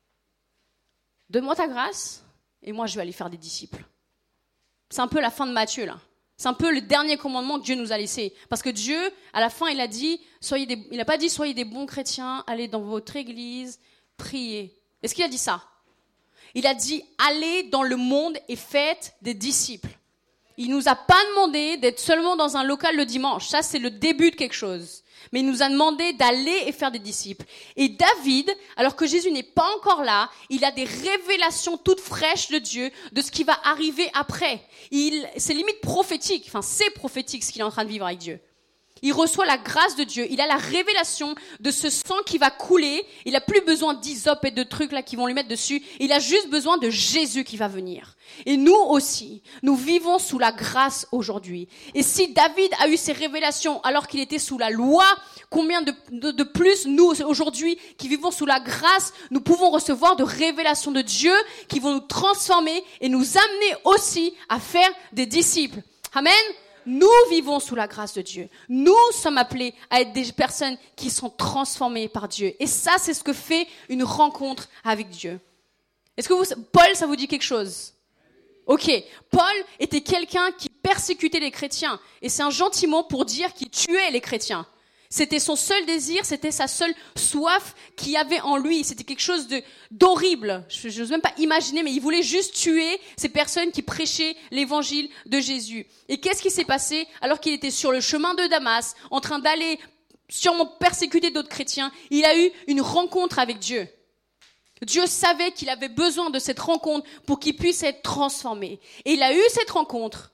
donne-moi ta grâce et moi je vais aller faire des disciples. C'est un peu la fin de Matthieu là. C'est un peu le dernier commandement que Dieu nous a laissé. Parce que Dieu, à la fin, il a dit, soyez des, il n'a pas dit soyez des bons chrétiens, allez dans votre église, priez. Est-ce qu'il a dit ça? Il a dit allez dans le monde et faites des disciples. Il nous a pas demandé d'être seulement dans un local le dimanche. Ça, c'est le début de quelque chose. Mais il nous a demandé d'aller et faire des disciples. Et David, alors que Jésus n'est pas encore là, il a des révélations toutes fraîches de Dieu, de ce qui va arriver après. Il, c'est limite prophétique. Enfin, c'est prophétique ce qu'il est en train de vivre avec Dieu. Il reçoit la grâce de Dieu. Il a la révélation de ce sang qui va couler. Il n'a plus besoin d'hysope et de trucs là qui vont lui mettre dessus. Il a juste besoin de Jésus qui va venir. Et nous aussi, nous vivons sous la grâce aujourd'hui. Et si David a eu ces révélations alors qu'il était sous la loi, combien de, de, de plus nous aujourd'hui qui vivons sous la grâce, nous pouvons recevoir de révélations de Dieu qui vont nous transformer et nous amener aussi à faire des disciples. Amen. Nous vivons sous la grâce de Dieu. Nous sommes appelés à être des personnes qui sont transformées par Dieu. Et ça, c'est ce que fait une rencontre avec Dieu. Est-ce que vous, Paul, ça vous dit quelque chose? Ok. Paul était quelqu'un qui persécutait les chrétiens. Et c'est un gentil mot pour dire qu'il tuait les chrétiens. C'était son seul désir, c'était sa seule soif qu'il y avait en lui. C'était quelque chose de, d'horrible. Je n'ose même pas imaginer, mais il voulait juste tuer ces personnes qui prêchaient l'évangile de Jésus. Et qu'est-ce qui s'est passé alors qu'il était sur le chemin de Damas, en train d'aller sûrement persécuter d'autres chrétiens? Il a eu une rencontre avec Dieu. Dieu savait qu'il avait besoin de cette rencontre pour qu'il puisse être transformé. Et il a eu cette rencontre.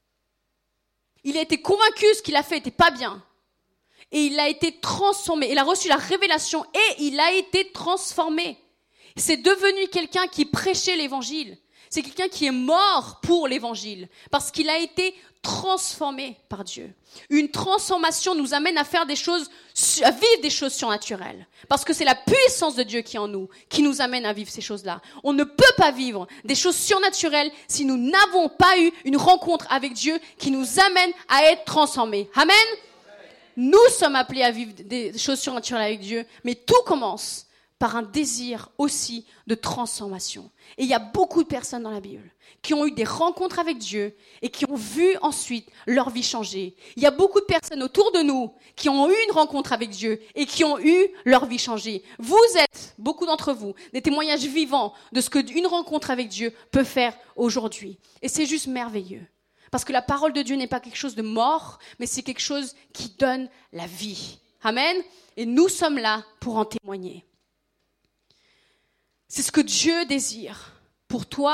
Il a été convaincu que ce qu'il a fait n'était pas bien. Et il a été transformé. Il a reçu la révélation et il a été transformé. C'est devenu quelqu'un qui prêchait l'évangile. C'est quelqu'un qui est mort pour l'évangile. Parce qu'il a été transformé par Dieu. Une transformation nous amène à faire des choses, à vivre des choses surnaturelles. Parce que c'est la puissance de Dieu qui est en nous, qui nous amène à vivre ces choses-là. On ne peut pas vivre des choses surnaturelles si nous n'avons pas eu une rencontre avec Dieu qui nous amène à être transformés. Amen. Nous sommes appelés à vivre des choses surnaturelles avec Dieu, mais tout commence par un désir aussi de transformation. Et il y a beaucoup de personnes dans la Bible qui ont eu des rencontres avec Dieu et qui ont vu ensuite leur vie changer. Il y a beaucoup de personnes autour de nous qui ont eu une rencontre avec Dieu et qui ont eu leur vie changer. Vous êtes, beaucoup d'entre vous, des témoignages vivants de ce qu'une rencontre avec Dieu peut faire aujourd'hui. Et c'est juste merveilleux. Parce que la parole de Dieu n'est pas quelque chose de mort, mais c'est quelque chose qui donne la vie. Amen. Et nous sommes là pour en témoigner. C'est ce que Dieu désire pour toi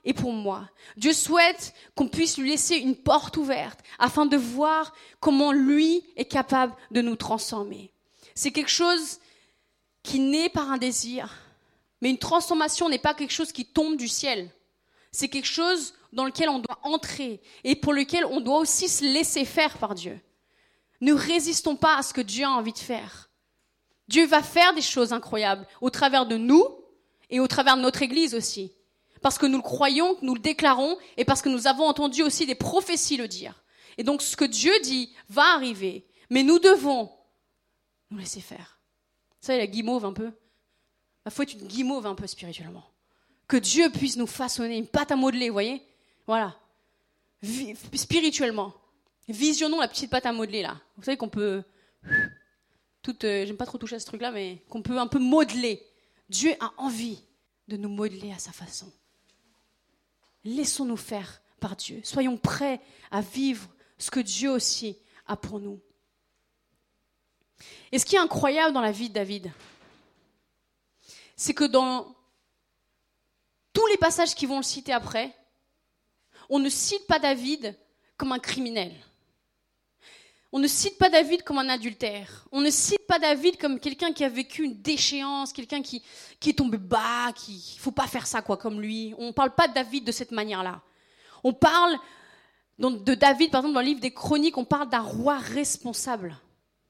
et pour moi. Dieu souhaite qu'on puisse lui laisser une porte ouverte afin de voir comment lui est capable de nous transformer. C'est quelque chose qui naît par un désir, mais une transformation n'est pas quelque chose qui tombe du ciel. C'est quelque chose dans lequel on doit entrer et pour lequel on doit aussi se laisser faire par Dieu. Ne résistons pas à ce que Dieu a envie de faire. Dieu va faire des choses incroyables au travers de nous et au travers de notre Église aussi. Parce que nous le croyons, que nous le déclarons et parce que nous avons entendu aussi des prophéties le dire. Et donc ce que Dieu dit va arriver, mais nous devons nous laisser faire. Ça, il y a la guimauve un peu. Il faut être une guimauve un peu spirituellement. Que Dieu puisse nous façonner, une pâte à modeler, vous voyez ? Voilà. Vi- spirituellement. Visionnons la petite pâte à modeler là. Vous savez qu'on peut... Toute, euh, j'aime pas trop toucher à ce truc-là, mais qu'on peut un peu modeler. Dieu a envie de nous modeler à sa façon. Laissons-nous faire par Dieu. Soyons prêts à vivre ce que Dieu aussi a pour nous. Et ce qui est incroyable dans la vie de David, c'est que dans tous les passages qui vont le citer après, on ne cite pas David comme un criminel. On ne cite pas David comme un adultère. On ne cite pas David comme quelqu'un qui a vécu une déchéance, quelqu'un qui, qui est tombé bas, qui ne faut pas faire ça quoi, comme lui. On ne parle pas de David de cette manière-là. On parle donc, de David, par exemple, dans le livre des Chroniques, on parle d'un roi responsable.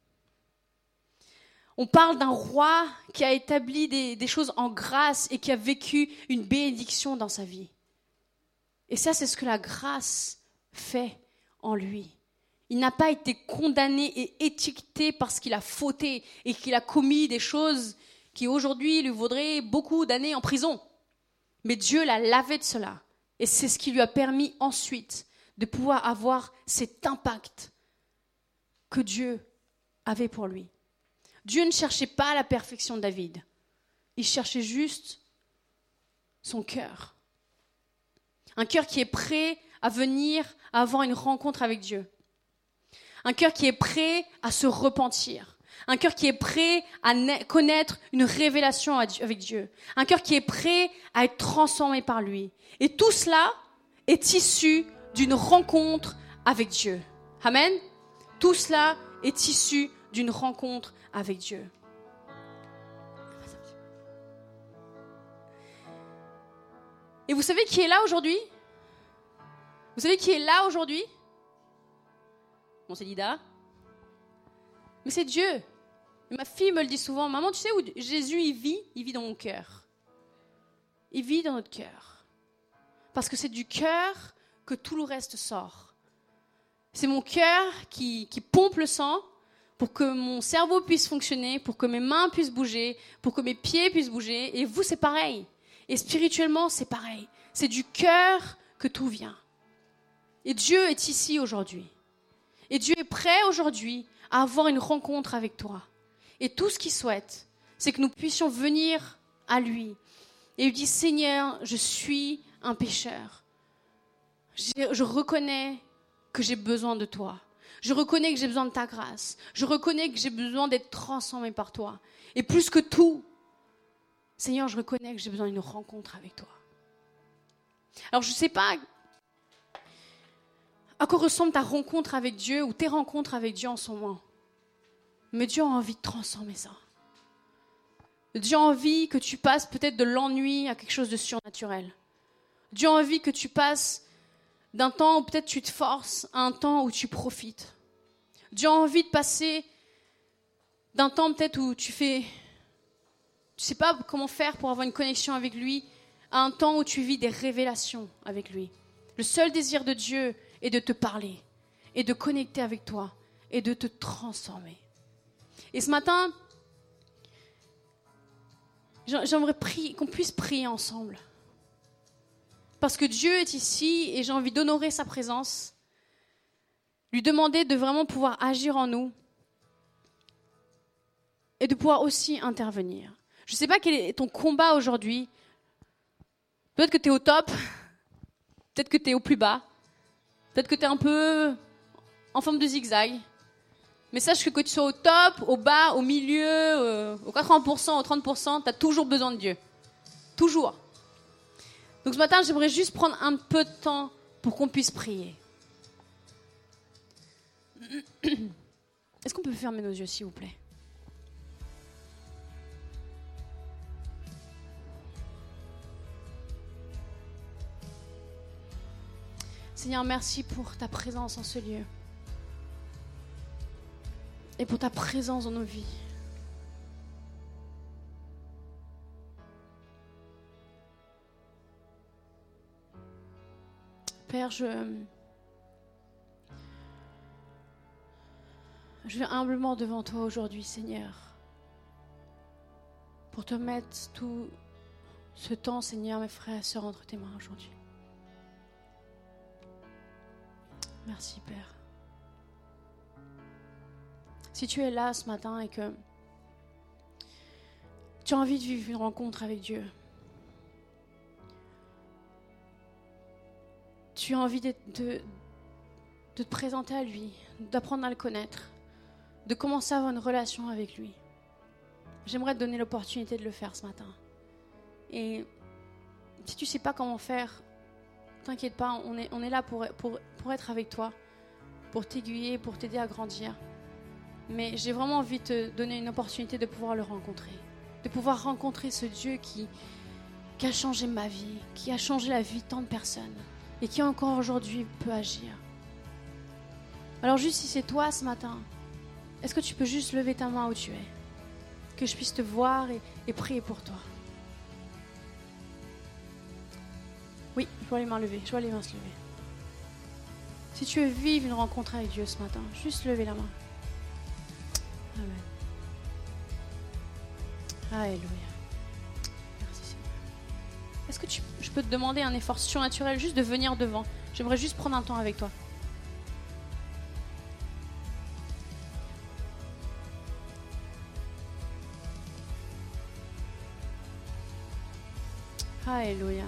On parle d'un roi qui a établi des, des choses en grâce et qui a vécu une bénédiction dans sa vie. Et ça, c'est ce que la grâce fait en lui. Il n'a pas été condamné et étiqueté parce qu'il a fauté et qu'il a commis des choses qui aujourd'hui lui vaudraient beaucoup d'années en prison. Mais Dieu l'a lavé de cela. Et c'est ce qui lui a permis ensuite de pouvoir avoir cet impact que Dieu avait pour lui. Dieu ne cherchait pas la perfection de David. Il cherchait juste son cœur. Un cœur qui est prêt à venir, à avoir une rencontre avec Dieu. Un cœur qui est prêt à se repentir. Un cœur qui est prêt à na- connaître une révélation avec Dieu. Un cœur qui est prêt à être transformé par lui. Et tout cela est issu d'une rencontre avec Dieu. Amen. Tout cela est issu d'une rencontre avec Dieu. Et vous savez qui est là aujourd'hui ? Vous savez qui est là aujourd'hui ? Bon, c'est Lida. Mais c'est Dieu. Et ma fille me le dit souvent. Maman, tu sais où Jésus il vit ? Il vit dans mon cœur. Il vit dans notre cœur. Parce que c'est du cœur que tout le reste sort. C'est mon cœur qui, qui pompe le sang pour que mon cerveau puisse fonctionner, pour que mes mains puissent bouger, pour que mes pieds puissent bouger. Et vous, c'est pareil. Et spirituellement, c'est pareil. C'est du cœur que tout vient. Et Dieu est ici aujourd'hui. Et Dieu est prêt aujourd'hui à avoir une rencontre avec toi. Et tout ce qu'il souhaite, c'est que nous puissions venir à lui. Et lui dire, Seigneur, je suis un pécheur. Je, je reconnais que j'ai besoin de toi. Je reconnais que j'ai besoin de ta grâce. Je reconnais que j'ai besoin d'être transformé par toi. Et plus que tout, Seigneur, je reconnais que j'ai besoin d'une rencontre avec toi. Alors, je ne sais pas à quoi ressemble ta rencontre avec Dieu ou tes rencontres avec Dieu en ce moment. Mais Dieu a envie de transformer ça. Dieu a envie que tu passes peut-être de l'ennui à quelque chose de surnaturel. Dieu a envie que tu passes d'un temps où peut-être tu te forces à un temps où tu profites. Dieu a envie de passer d'un temps peut-être où tu fais... Tu ne sais pas comment faire pour avoir une connexion avec lui, à un temps où tu vis des révélations avec lui. Le seul désir de Dieu est de te parler, et de connecter avec toi, et de te transformer. Et ce matin, j'aimerais prier, qu'on puisse prier ensemble. Parce que Dieu est ici, et j'ai envie d'honorer sa présence, lui demander de vraiment pouvoir agir en nous, et de pouvoir aussi intervenir. Je ne sais pas quel est ton combat aujourd'hui. Peut-être que tu es au top, peut-être que tu es au plus bas, peut-être que tu es un peu en forme de zigzag. Mais sache que que tu sois au top, au bas, au milieu, euh, au quatre-vingts pour cent, au trente pour cent, tu as toujours besoin de Dieu. Toujours. Donc ce matin, j'aimerais juste prendre un peu de temps pour qu'on puisse prier. Est-ce qu'on peut fermer nos yeux, s'il vous plaît? Seigneur, merci pour ta présence en ce lieu. Et pour ta présence dans nos vies. Père, je, je viens humblement devant toi aujourd'hui, Seigneur, pour te mettre tout ce temps, Seigneur, mes frères et sœurs, entre tes mains aujourd'hui. Merci, Père. Si tu es là ce matin et que tu as envie de vivre une rencontre avec Dieu, tu as envie de, de, de te présenter à lui, d'apprendre à le connaître, de commencer à avoir une relation avec lui, j'aimerais te donner l'opportunité de le faire ce matin. Et si tu ne sais pas comment faire, t'inquiète pas, on est, on est là pour, pour, pour être avec toi, pour t'aiguiller, pour t'aider à grandir. Mais j'ai vraiment envie de te donner une opportunité de pouvoir le rencontrer, de pouvoir rencontrer ce Dieu qui, qui a changé ma vie, qui a changé la vie de tant de personnes et qui encore aujourd'hui peut agir. Alors juste si c'est toi ce matin, est-ce que tu peux juste lever ta main où tu es, que je puisse te voir et, et prier pour toi? Oui, je vois les mains levées, je vois les mains se lever. Si tu veux vivre une rencontre avec Dieu ce matin, juste lever la main. Amen. Alléluia. Merci Seigneur. Est-ce que tu, je peux te demander un effort surnaturel juste de venir devant? J'aimerais juste prendre un temps avec toi. Alléluia.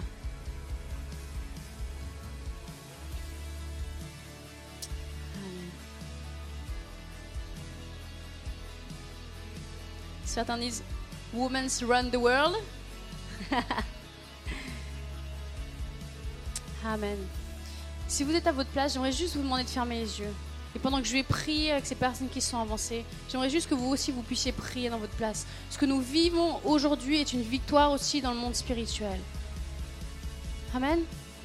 Amen. Certains disent Women run the world. Amen. Si vous êtes à votre place, j'aimerais juste vous demander de fermer les yeux. Et pendant que je vais prier avec ces personnes qui sont avancées, j'aimerais juste que vous aussi vous puissiez prier dans votre place. Ce que nous vivons aujourd'hui est une victoire aussi dans le monde spirituel. Amen.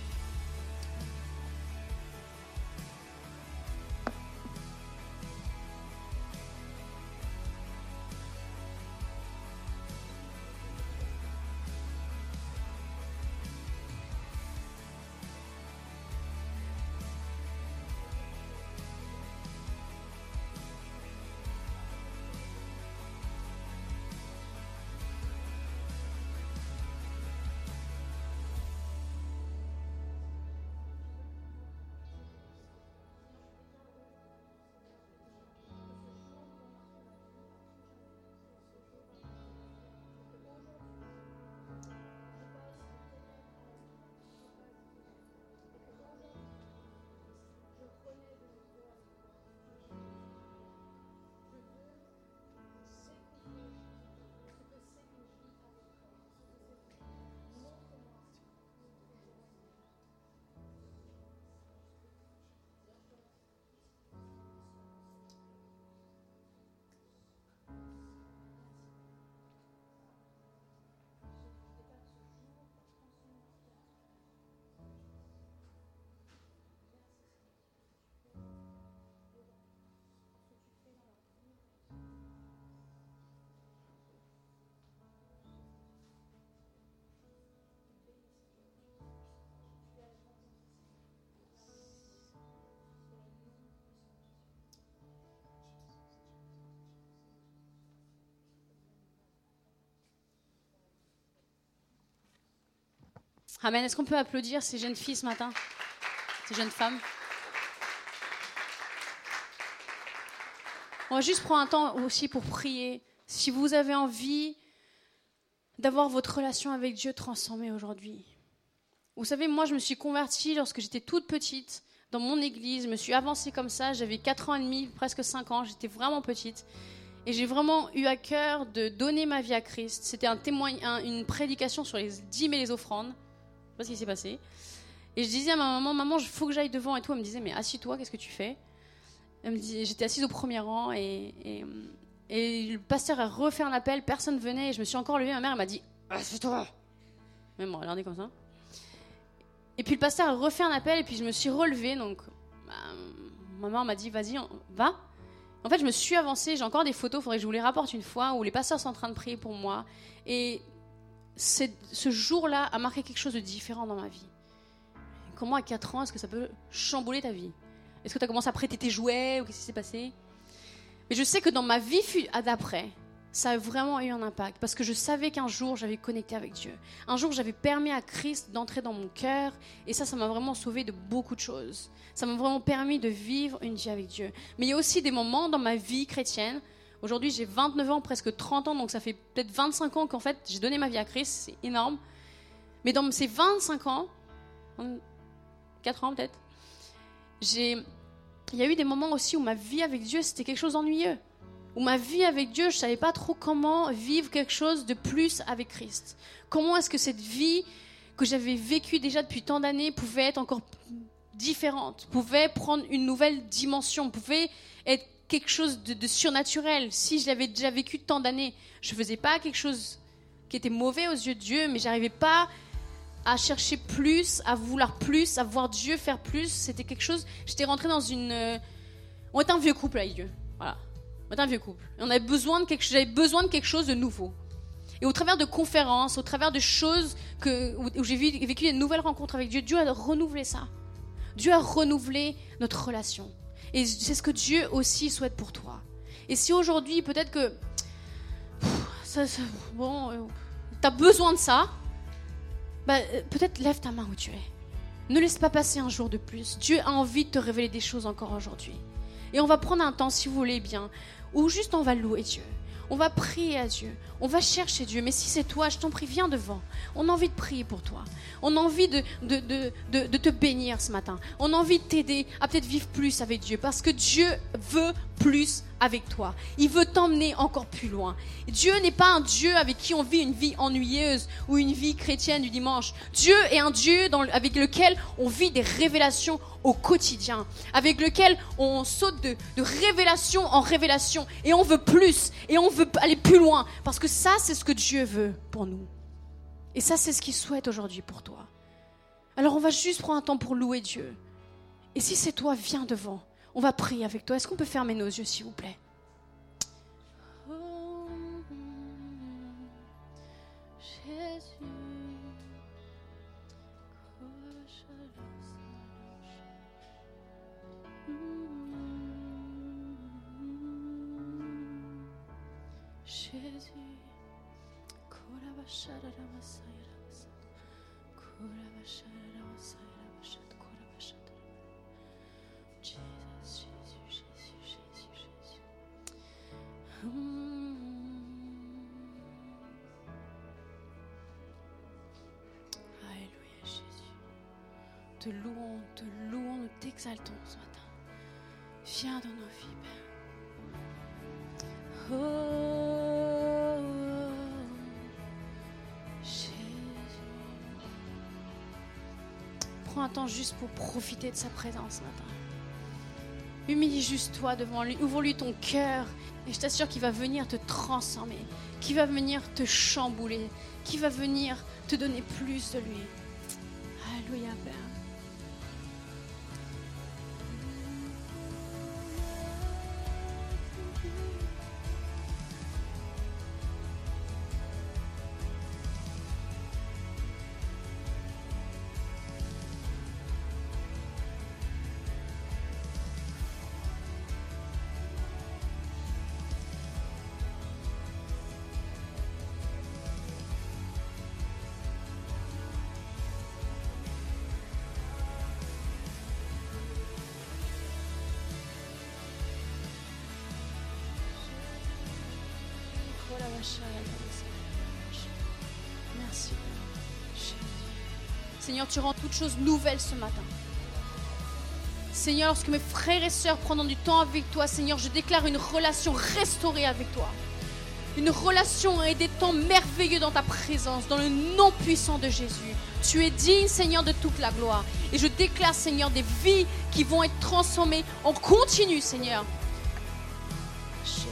Amen. Est-ce qu'on peut applaudir ces jeunes filles ce matin, ces jeunes femmes? On va juste prendre un temps aussi pour prier. Si vous avez envie d'avoir votre relation avec Dieu transformée aujourd'hui. Vous savez, moi, je me suis convertie lorsque j'étais toute petite dans mon église. Je me suis avancée comme ça. J'avais quatre ans et demi, presque cinq ans. J'étais vraiment petite. Et j'ai vraiment eu à cœur de donner ma vie à Christ. C'était un témoignage, un, une prédication sur les dîmes et les offrandes. sais pas ce qui s'est passé. Et je disais à ma maman, maman, il faut que j'aille devant et tout. Elle me disait, mais assis-toi, qu'est-ce que tu fais? Elle me dit, j'étais assise au premier rang et, et, et le pasteur a refait un appel, personne venait et je me suis encore levée. Ma mère elle m'a dit, assis-toi. Même moi, regardez comme ça. Et puis le pasteur a refait un appel et puis je me suis relevée. Donc bah, ma maman m'a dit, vas-y, on, va. En fait, je me suis avancée. J'ai encore des photos, il faudrait que je vous les rapporte une fois, où les pasteurs sont en train de prier pour moi. Et c'est, ce jour-là a marqué quelque chose de différent dans ma vie. Comment à quatre ans est-ce que ça peut chambouler ta vie? Est-ce que tu as commencé à prêter tes jouets ou qu'est-ce qui s'est passé? Mais je sais que dans ma vie d'après, ça a vraiment eu un impact parce que je savais qu'un jour j'avais connecté avec Dieu. Un jour j'avais permis à Christ d'entrer dans mon cœur et ça, ça m'a vraiment sauvé de beaucoup de choses. Ça m'a vraiment permis de vivre une vie avec Dieu. Mais il y a aussi des moments dans ma vie chrétienne. Aujourd'hui j'ai vingt-neuf ans, presque trente ans, donc ça fait peut-être vingt-cinq ans qu'en fait j'ai donné ma vie à Christ, c'est énorme. Mais dans ces vingt-cinq ans, quatre ans peut-être, j'ai... il y a eu des moments aussi où ma vie avec Dieu, c'était quelque chose d'ennuyeux. Où ma vie avec Dieu, je ne savais pas trop comment vivre quelque chose de plus avec Christ. Comment est-ce que cette vie que j'avais vécue déjà depuis tant d'années pouvait être encore différente, pouvait prendre une nouvelle dimension, pouvait être quelque chose de, de surnaturel. Si je l'avais déjà vécu tant d'années, je ne faisais pas quelque chose qui était mauvais aux yeux de Dieu, mais je n'arrivais pas à chercher plus, à vouloir plus, à voir Dieu faire plus. C'était quelque chose... J'étais rentrée dans une... Euh, on était un vieux couple avec Dieu. Voilà. On était un vieux couple. Et on avait besoin de quelque... J'avais besoin de quelque chose de nouveau. Et au travers de conférences, au travers de choses que, où, où j'ai vécu des nouvelles rencontres avec Dieu, Dieu a renouvelé ça. Dieu a renouvelé notre relation. Et c'est ce que Dieu aussi souhaite pour toi. Et si aujourd'hui, peut-être que... Pff, ça, ça, bon, euh, t'as besoin de ça, bah, peut-être lève ta main où tu es. Ne laisse pas passer un jour de plus. Dieu a envie de te révéler des choses encore aujourd'hui. Et on va prendre un temps, si vous voulez bien, où juste on va louer Dieu. On va prier à Dieu. On va chercher Dieu. Mais si c'est toi, je t'en prie, viens devant. On a envie de prier pour toi. On a envie de, de, de, de, de te bénir ce matin. On a envie de t'aider à peut-être vivre plus avec Dieu. Parce que Dieu veut plus avec toi. Il veut t'emmener encore plus loin. Dieu n'est pas un Dieu avec qui on vit une vie ennuyeuse ou une vie chrétienne du dimanche. Dieu est un Dieu dans, avec lequel on vit des révélations au quotidien, avec lequel on saute de, de révélation en révélation et on veut plus et on veut aller plus loin parce que ça, c'est ce que Dieu veut pour nous. Et ça, c'est ce qu'il souhaite aujourd'hui pour toi. Alors, on va juste prendre un temps pour louer Dieu. Et si c'est toi, viens devant. On va prier avec toi. Est-ce qu'on peut fermer nos yeux, s'il vous plaît? Oh, Jésus. Jésus. Alléluia, Jésus. Te louons, te louons, nous t'exaltons ce matin. Viens dans nos vies, Père. Oh, Jésus. Prends un temps juste pour profiter de sa présence ce matin. Humilie juste toi devant lui, ouvre-lui ton cœur et je t'assure qu'il va venir te transformer, qu'il va venir te chambouler, qu'il va venir te donner plus de lui. Alléluia, Père. Merci. Seigneur, tu rends toutes choses nouvelles ce matin. Seigneur, lorsque mes frères et sœurs prendront du temps avec toi, Seigneur, je déclare une relation restaurée avec toi. une relation et des temps merveilleux dans ta présence, dans le nom puissant de Jésus. Tu es digne, Seigneur, de toute la gloire. Et je déclare, Seigneur, des vies qui vont être transformées en continu, Seigneur. Jésus.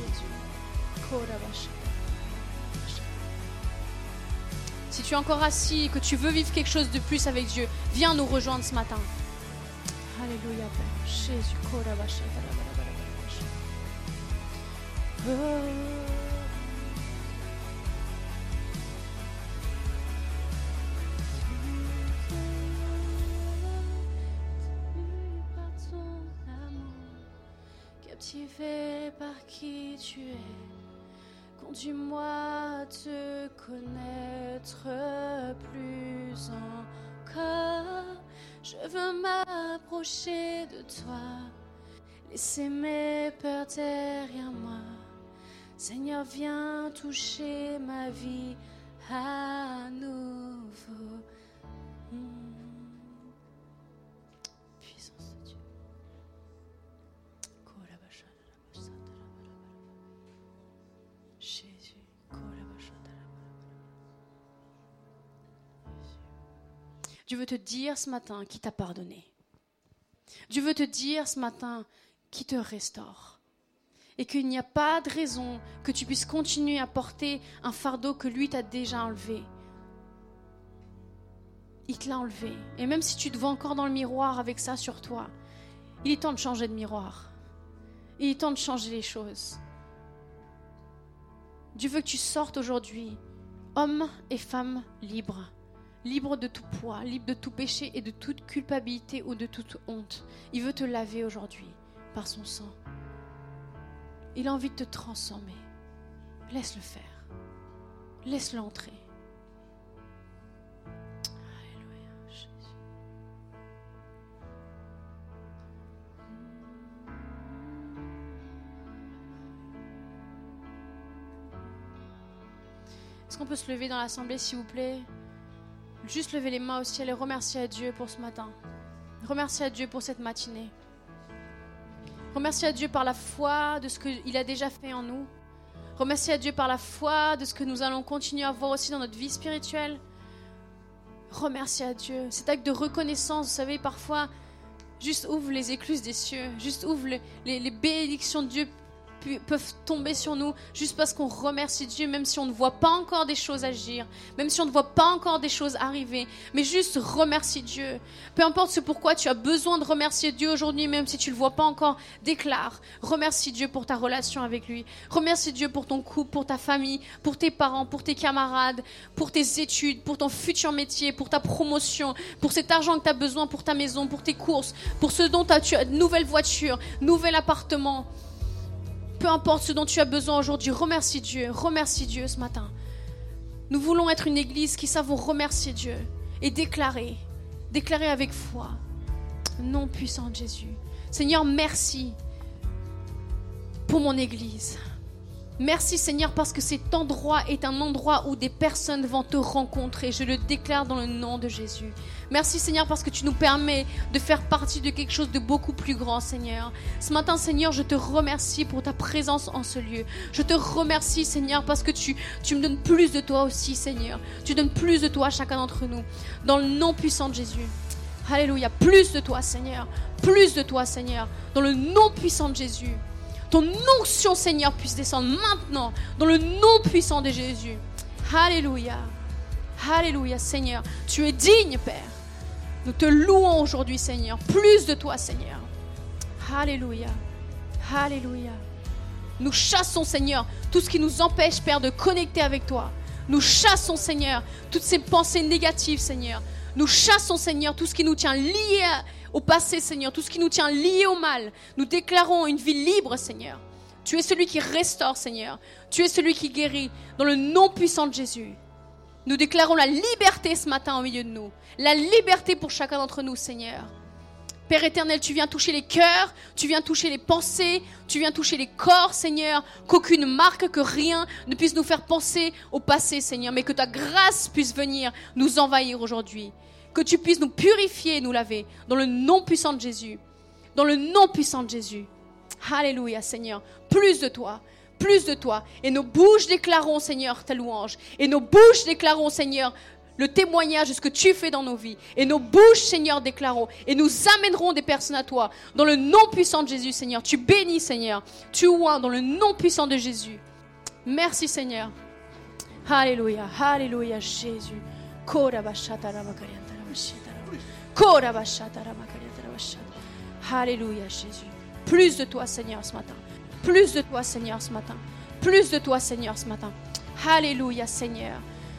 Si tu es encore assis et que tu veux vivre quelque chose de plus avec Dieu, viens nous rejoindre ce matin. Alléluia, Père. Jésus. Oh. Captivé par qui tu es, conduis-moi à te connaître plus encore. Je veux m'approcher de toi, laisser mes peurs derrière moi. Seigneur, viens toucher ma vie à nouveau. Hmm. Puissance de Dieu. Jésus. Dieu veut te dire ce matin qu'il t'a pardonné. Dieu veut te dire ce matin qu'il te restaure. Et qu'il n'y a pas de raison que tu puisses continuer à porter un fardeau que lui t'a déjà enlevé. Il te l'a enlevé. Et même si tu te vois encore dans le miroir avec ça sur toi, il est temps de changer de miroir. Il est temps de changer les choses. Dieu veut que tu sortes aujourd'hui, hommes et femmes libres. Libres de tout poids, libres de tout péché et de toute culpabilité ou de toute honte. Il veut te laver aujourd'hui par son sang. Il a envie de te transformer. Laisse-le faire. Laisse-le entrer. Alléluia, Jésus. Est-ce qu'on peut se lever dans l'assemblée, s'il vous plaît? Juste lever les mains au ciel et remercier à Dieu pour ce matin. Remercier à Dieu pour cette matinée. Remercier à Dieu par la foi de ce qu'il a déjà fait en nous. Remercier à Dieu par la foi de ce que nous allons continuer à voir aussi dans notre vie spirituelle. Remercier à Dieu. Cet acte de reconnaissance, vous savez, parfois, juste ouvre les écluses des cieux. Juste ouvre les, les, les bénédictions de Dieu peuvent tomber sur nous juste parce qu'on remercie Dieu, même si on ne voit pas encore des choses agir, même si on ne voit pas encore des choses arriver, mais juste remercie Dieu. Peu importe ce pourquoi tu as besoin de remercier Dieu aujourd'hui, même si tu ne le vois pas encore, déclare, remercie Dieu pour ta relation avec lui, remercie Dieu pour ton couple, pour ta famille, pour tes parents, pour tes camarades, pour tes études, pour ton futur métier, pour ta promotion, pour cet argent que tu as besoin pour ta maison, pour tes courses, pour ce dont tu as une nouvelle voiture, nouvel appartement. Peu importe ce dont tu as besoin aujourd'hui, remercie Dieu, remercie Dieu ce matin. Nous voulons être une église qui savons remercier Dieu et déclarer, déclarer avec foi. Nom puissant de Jésus. Seigneur, merci pour mon église. Merci Seigneur parce que cet endroit est un endroit où des personnes vont te rencontrer. Je le déclare dans le nom de Jésus. Merci Seigneur parce que tu nous permets de faire partie de quelque chose de beaucoup plus grand Seigneur. Ce matin Seigneur, je te remercie pour ta présence en ce lieu. Je te remercie Seigneur parce que tu, tu me donnes plus de toi aussi Seigneur. Tu donnes plus de toi à chacun d'entre nous. Dans le nom puissant de Jésus. Alléluia. Plus de toi Seigneur. Plus de toi Seigneur. Dans le nom puissant de Jésus. Ton onction, Seigneur, puisse descendre maintenant dans le nom puissant de Jésus. Alléluia. Alléluia, Seigneur. Tu es digne, Père. Nous te louons aujourd'hui, Seigneur. Plus de toi, Seigneur. Alléluia. Alléluia. Nous chassons, Seigneur, tout ce qui nous empêche, Père, de connecter avec toi. Nous chassons, Seigneur, toutes ces pensées négatives, Seigneur. Nous chassons, Seigneur, tout ce qui nous tient liés à au passé, Seigneur, tout ce qui nous tient liés au mal. Nous déclarons une vie libre, Seigneur. Tu es celui qui restaure, Seigneur. Tu es celui qui guérit, dans le nom puissant de Jésus. Nous déclarons la liberté ce matin au milieu de nous. La liberté pour chacun d'entre nous, Seigneur. Père éternel, tu viens toucher les cœurs, tu viens toucher les pensées, tu viens toucher les corps, Seigneur. Qu'aucune marque, que rien ne puisse nous faire penser au passé, Seigneur. Mais que ta grâce puisse venir nous envahir aujourd'hui. Que tu puisses nous purifier et nous laver. Dans le nom puissant de Jésus. Dans le nom puissant de Jésus. Alléluia, Seigneur. Plus de toi. plus de toi. Et nos bouches déclareront, Seigneur, ta louange. Et nos bouches déclareront, Seigneur, le témoignage de ce que tu fais dans nos vies. Et nos bouches, Seigneur, déclareront. Et nous amènerons des personnes à toi. Dans le nom puissant de Jésus, Seigneur. Tu bénis, Seigneur. Tu oins dans le nom puissant de Jésus. Merci, Seigneur. Alléluia. Alléluia, Jésus. Alléluia, Jésus. Plus de toi, Seigneur, ce matin. Plus de toi, Seigneur, ce matin. Plus de toi, Seigneur, ce matin. Alléluia, Seigneur.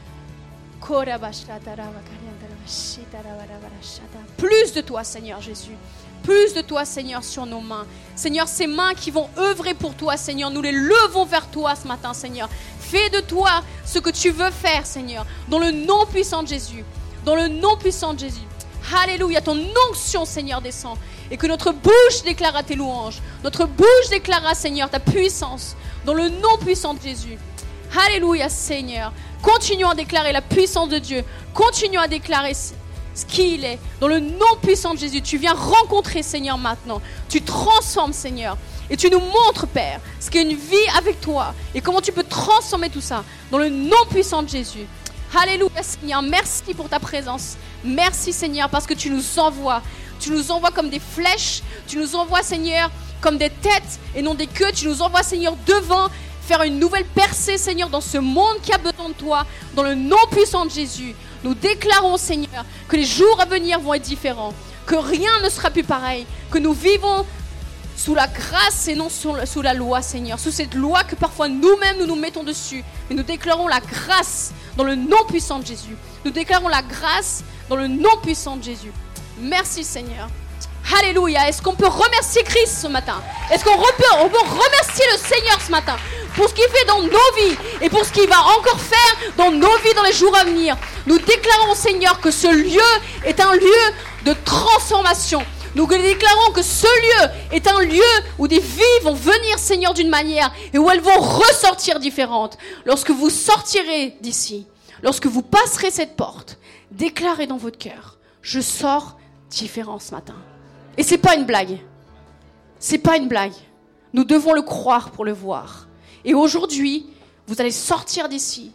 Plus de toi, Seigneur Jésus. Plus de toi, Seigneur, sur nos mains. Seigneur, ces mains qui vont œuvrer pour toi, Seigneur, nous les levons vers toi ce matin, Seigneur. Fais de toi ce que tu veux faire, Seigneur, dans le nom puissant de Jésus. Dans le nom puissant de Jésus. Alléluia, ton onction, Seigneur, descend. Et que notre bouche déclarera tes louanges. Notre bouche déclarera, Seigneur, ta puissance. Dans le nom puissant de Jésus. Alléluia, Seigneur. Continuons à déclarer la puissance de Dieu. Continuons à déclarer ce qu'il est. Dans le nom puissant de Jésus, tu viens rencontrer, Seigneur, maintenant. Tu transformes, Seigneur. Et tu nous montres, Père, ce qu'est une vie avec toi. Et comment tu peux transformer tout ça. Dans le nom puissant de Jésus. Alléluia, Seigneur. Merci pour ta présence. Merci, Seigneur, parce que tu nous envoies. Tu nous envoies comme des flèches. Tu nous envoies, Seigneur, comme des têtes et non des queues. Tu nous envoies, Seigneur, devant. Faire une nouvelle percée, Seigneur, dans ce monde qui a besoin de toi, dans le nom puissant de Jésus. Nous déclarons, Seigneur, que les jours à venir vont être différents, que rien ne sera plus pareil, que nous vivons sous la grâce et non sous la, sous la loi, Seigneur, sous cette loi que parfois nous-mêmes nous nous mettons dessus. Mais nous déclarons la grâce dans le nom puissant de Jésus. Nous déclarons la grâce dans le nom puissant de Jésus. Merci, Seigneur. Alléluia. Est-ce qu'on peut remercier Christ ce matin? Est-ce qu'on peut, on peut remercier le Seigneur ce matin pour ce qu'il fait dans nos vies et pour ce qu'il va encore faire dans nos vies dans les jours à venir? Nous déclarons, Seigneur, que ce lieu est un lieu de transformation. Nous déclarons que ce lieu est un lieu où des vies vont venir, Seigneur, d'une manière et où elles vont ressortir différentes. Lorsque vous sortirez d'ici, lorsque vous passerez cette porte, déclarez dans votre cœur, je sors différent ce matin. Et c'est pas une blague. C'est pas une blague. Nous devons le croire pour le voir. Et aujourd'hui, vous allez sortir d'ici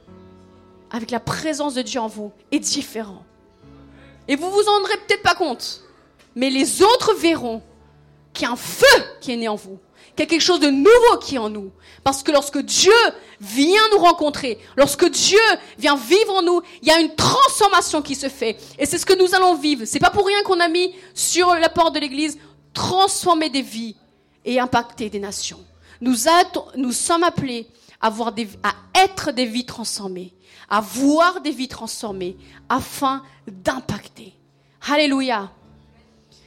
avec la présence de Dieu en vous et différent. Et vous vous en rendrez peut-être pas compte, mais les autres verront qu'il y a un feu qui est né en vous, qu'il y a quelque chose de nouveau qui est en nous. Parce que lorsque Dieu vient nous rencontrer, lorsque Dieu vient vivre en nous, il y a une transformation qui se fait. Et c'est ce que nous allons vivre. C'est pas pour rien qu'on a mis sur la porte de l'église « Transformer des vies et impacter des nations ». Nous, a- nous sommes appelés à, voir des, à être des vies transformées, à voir des vies transformées, afin d'impacter. Alléluia.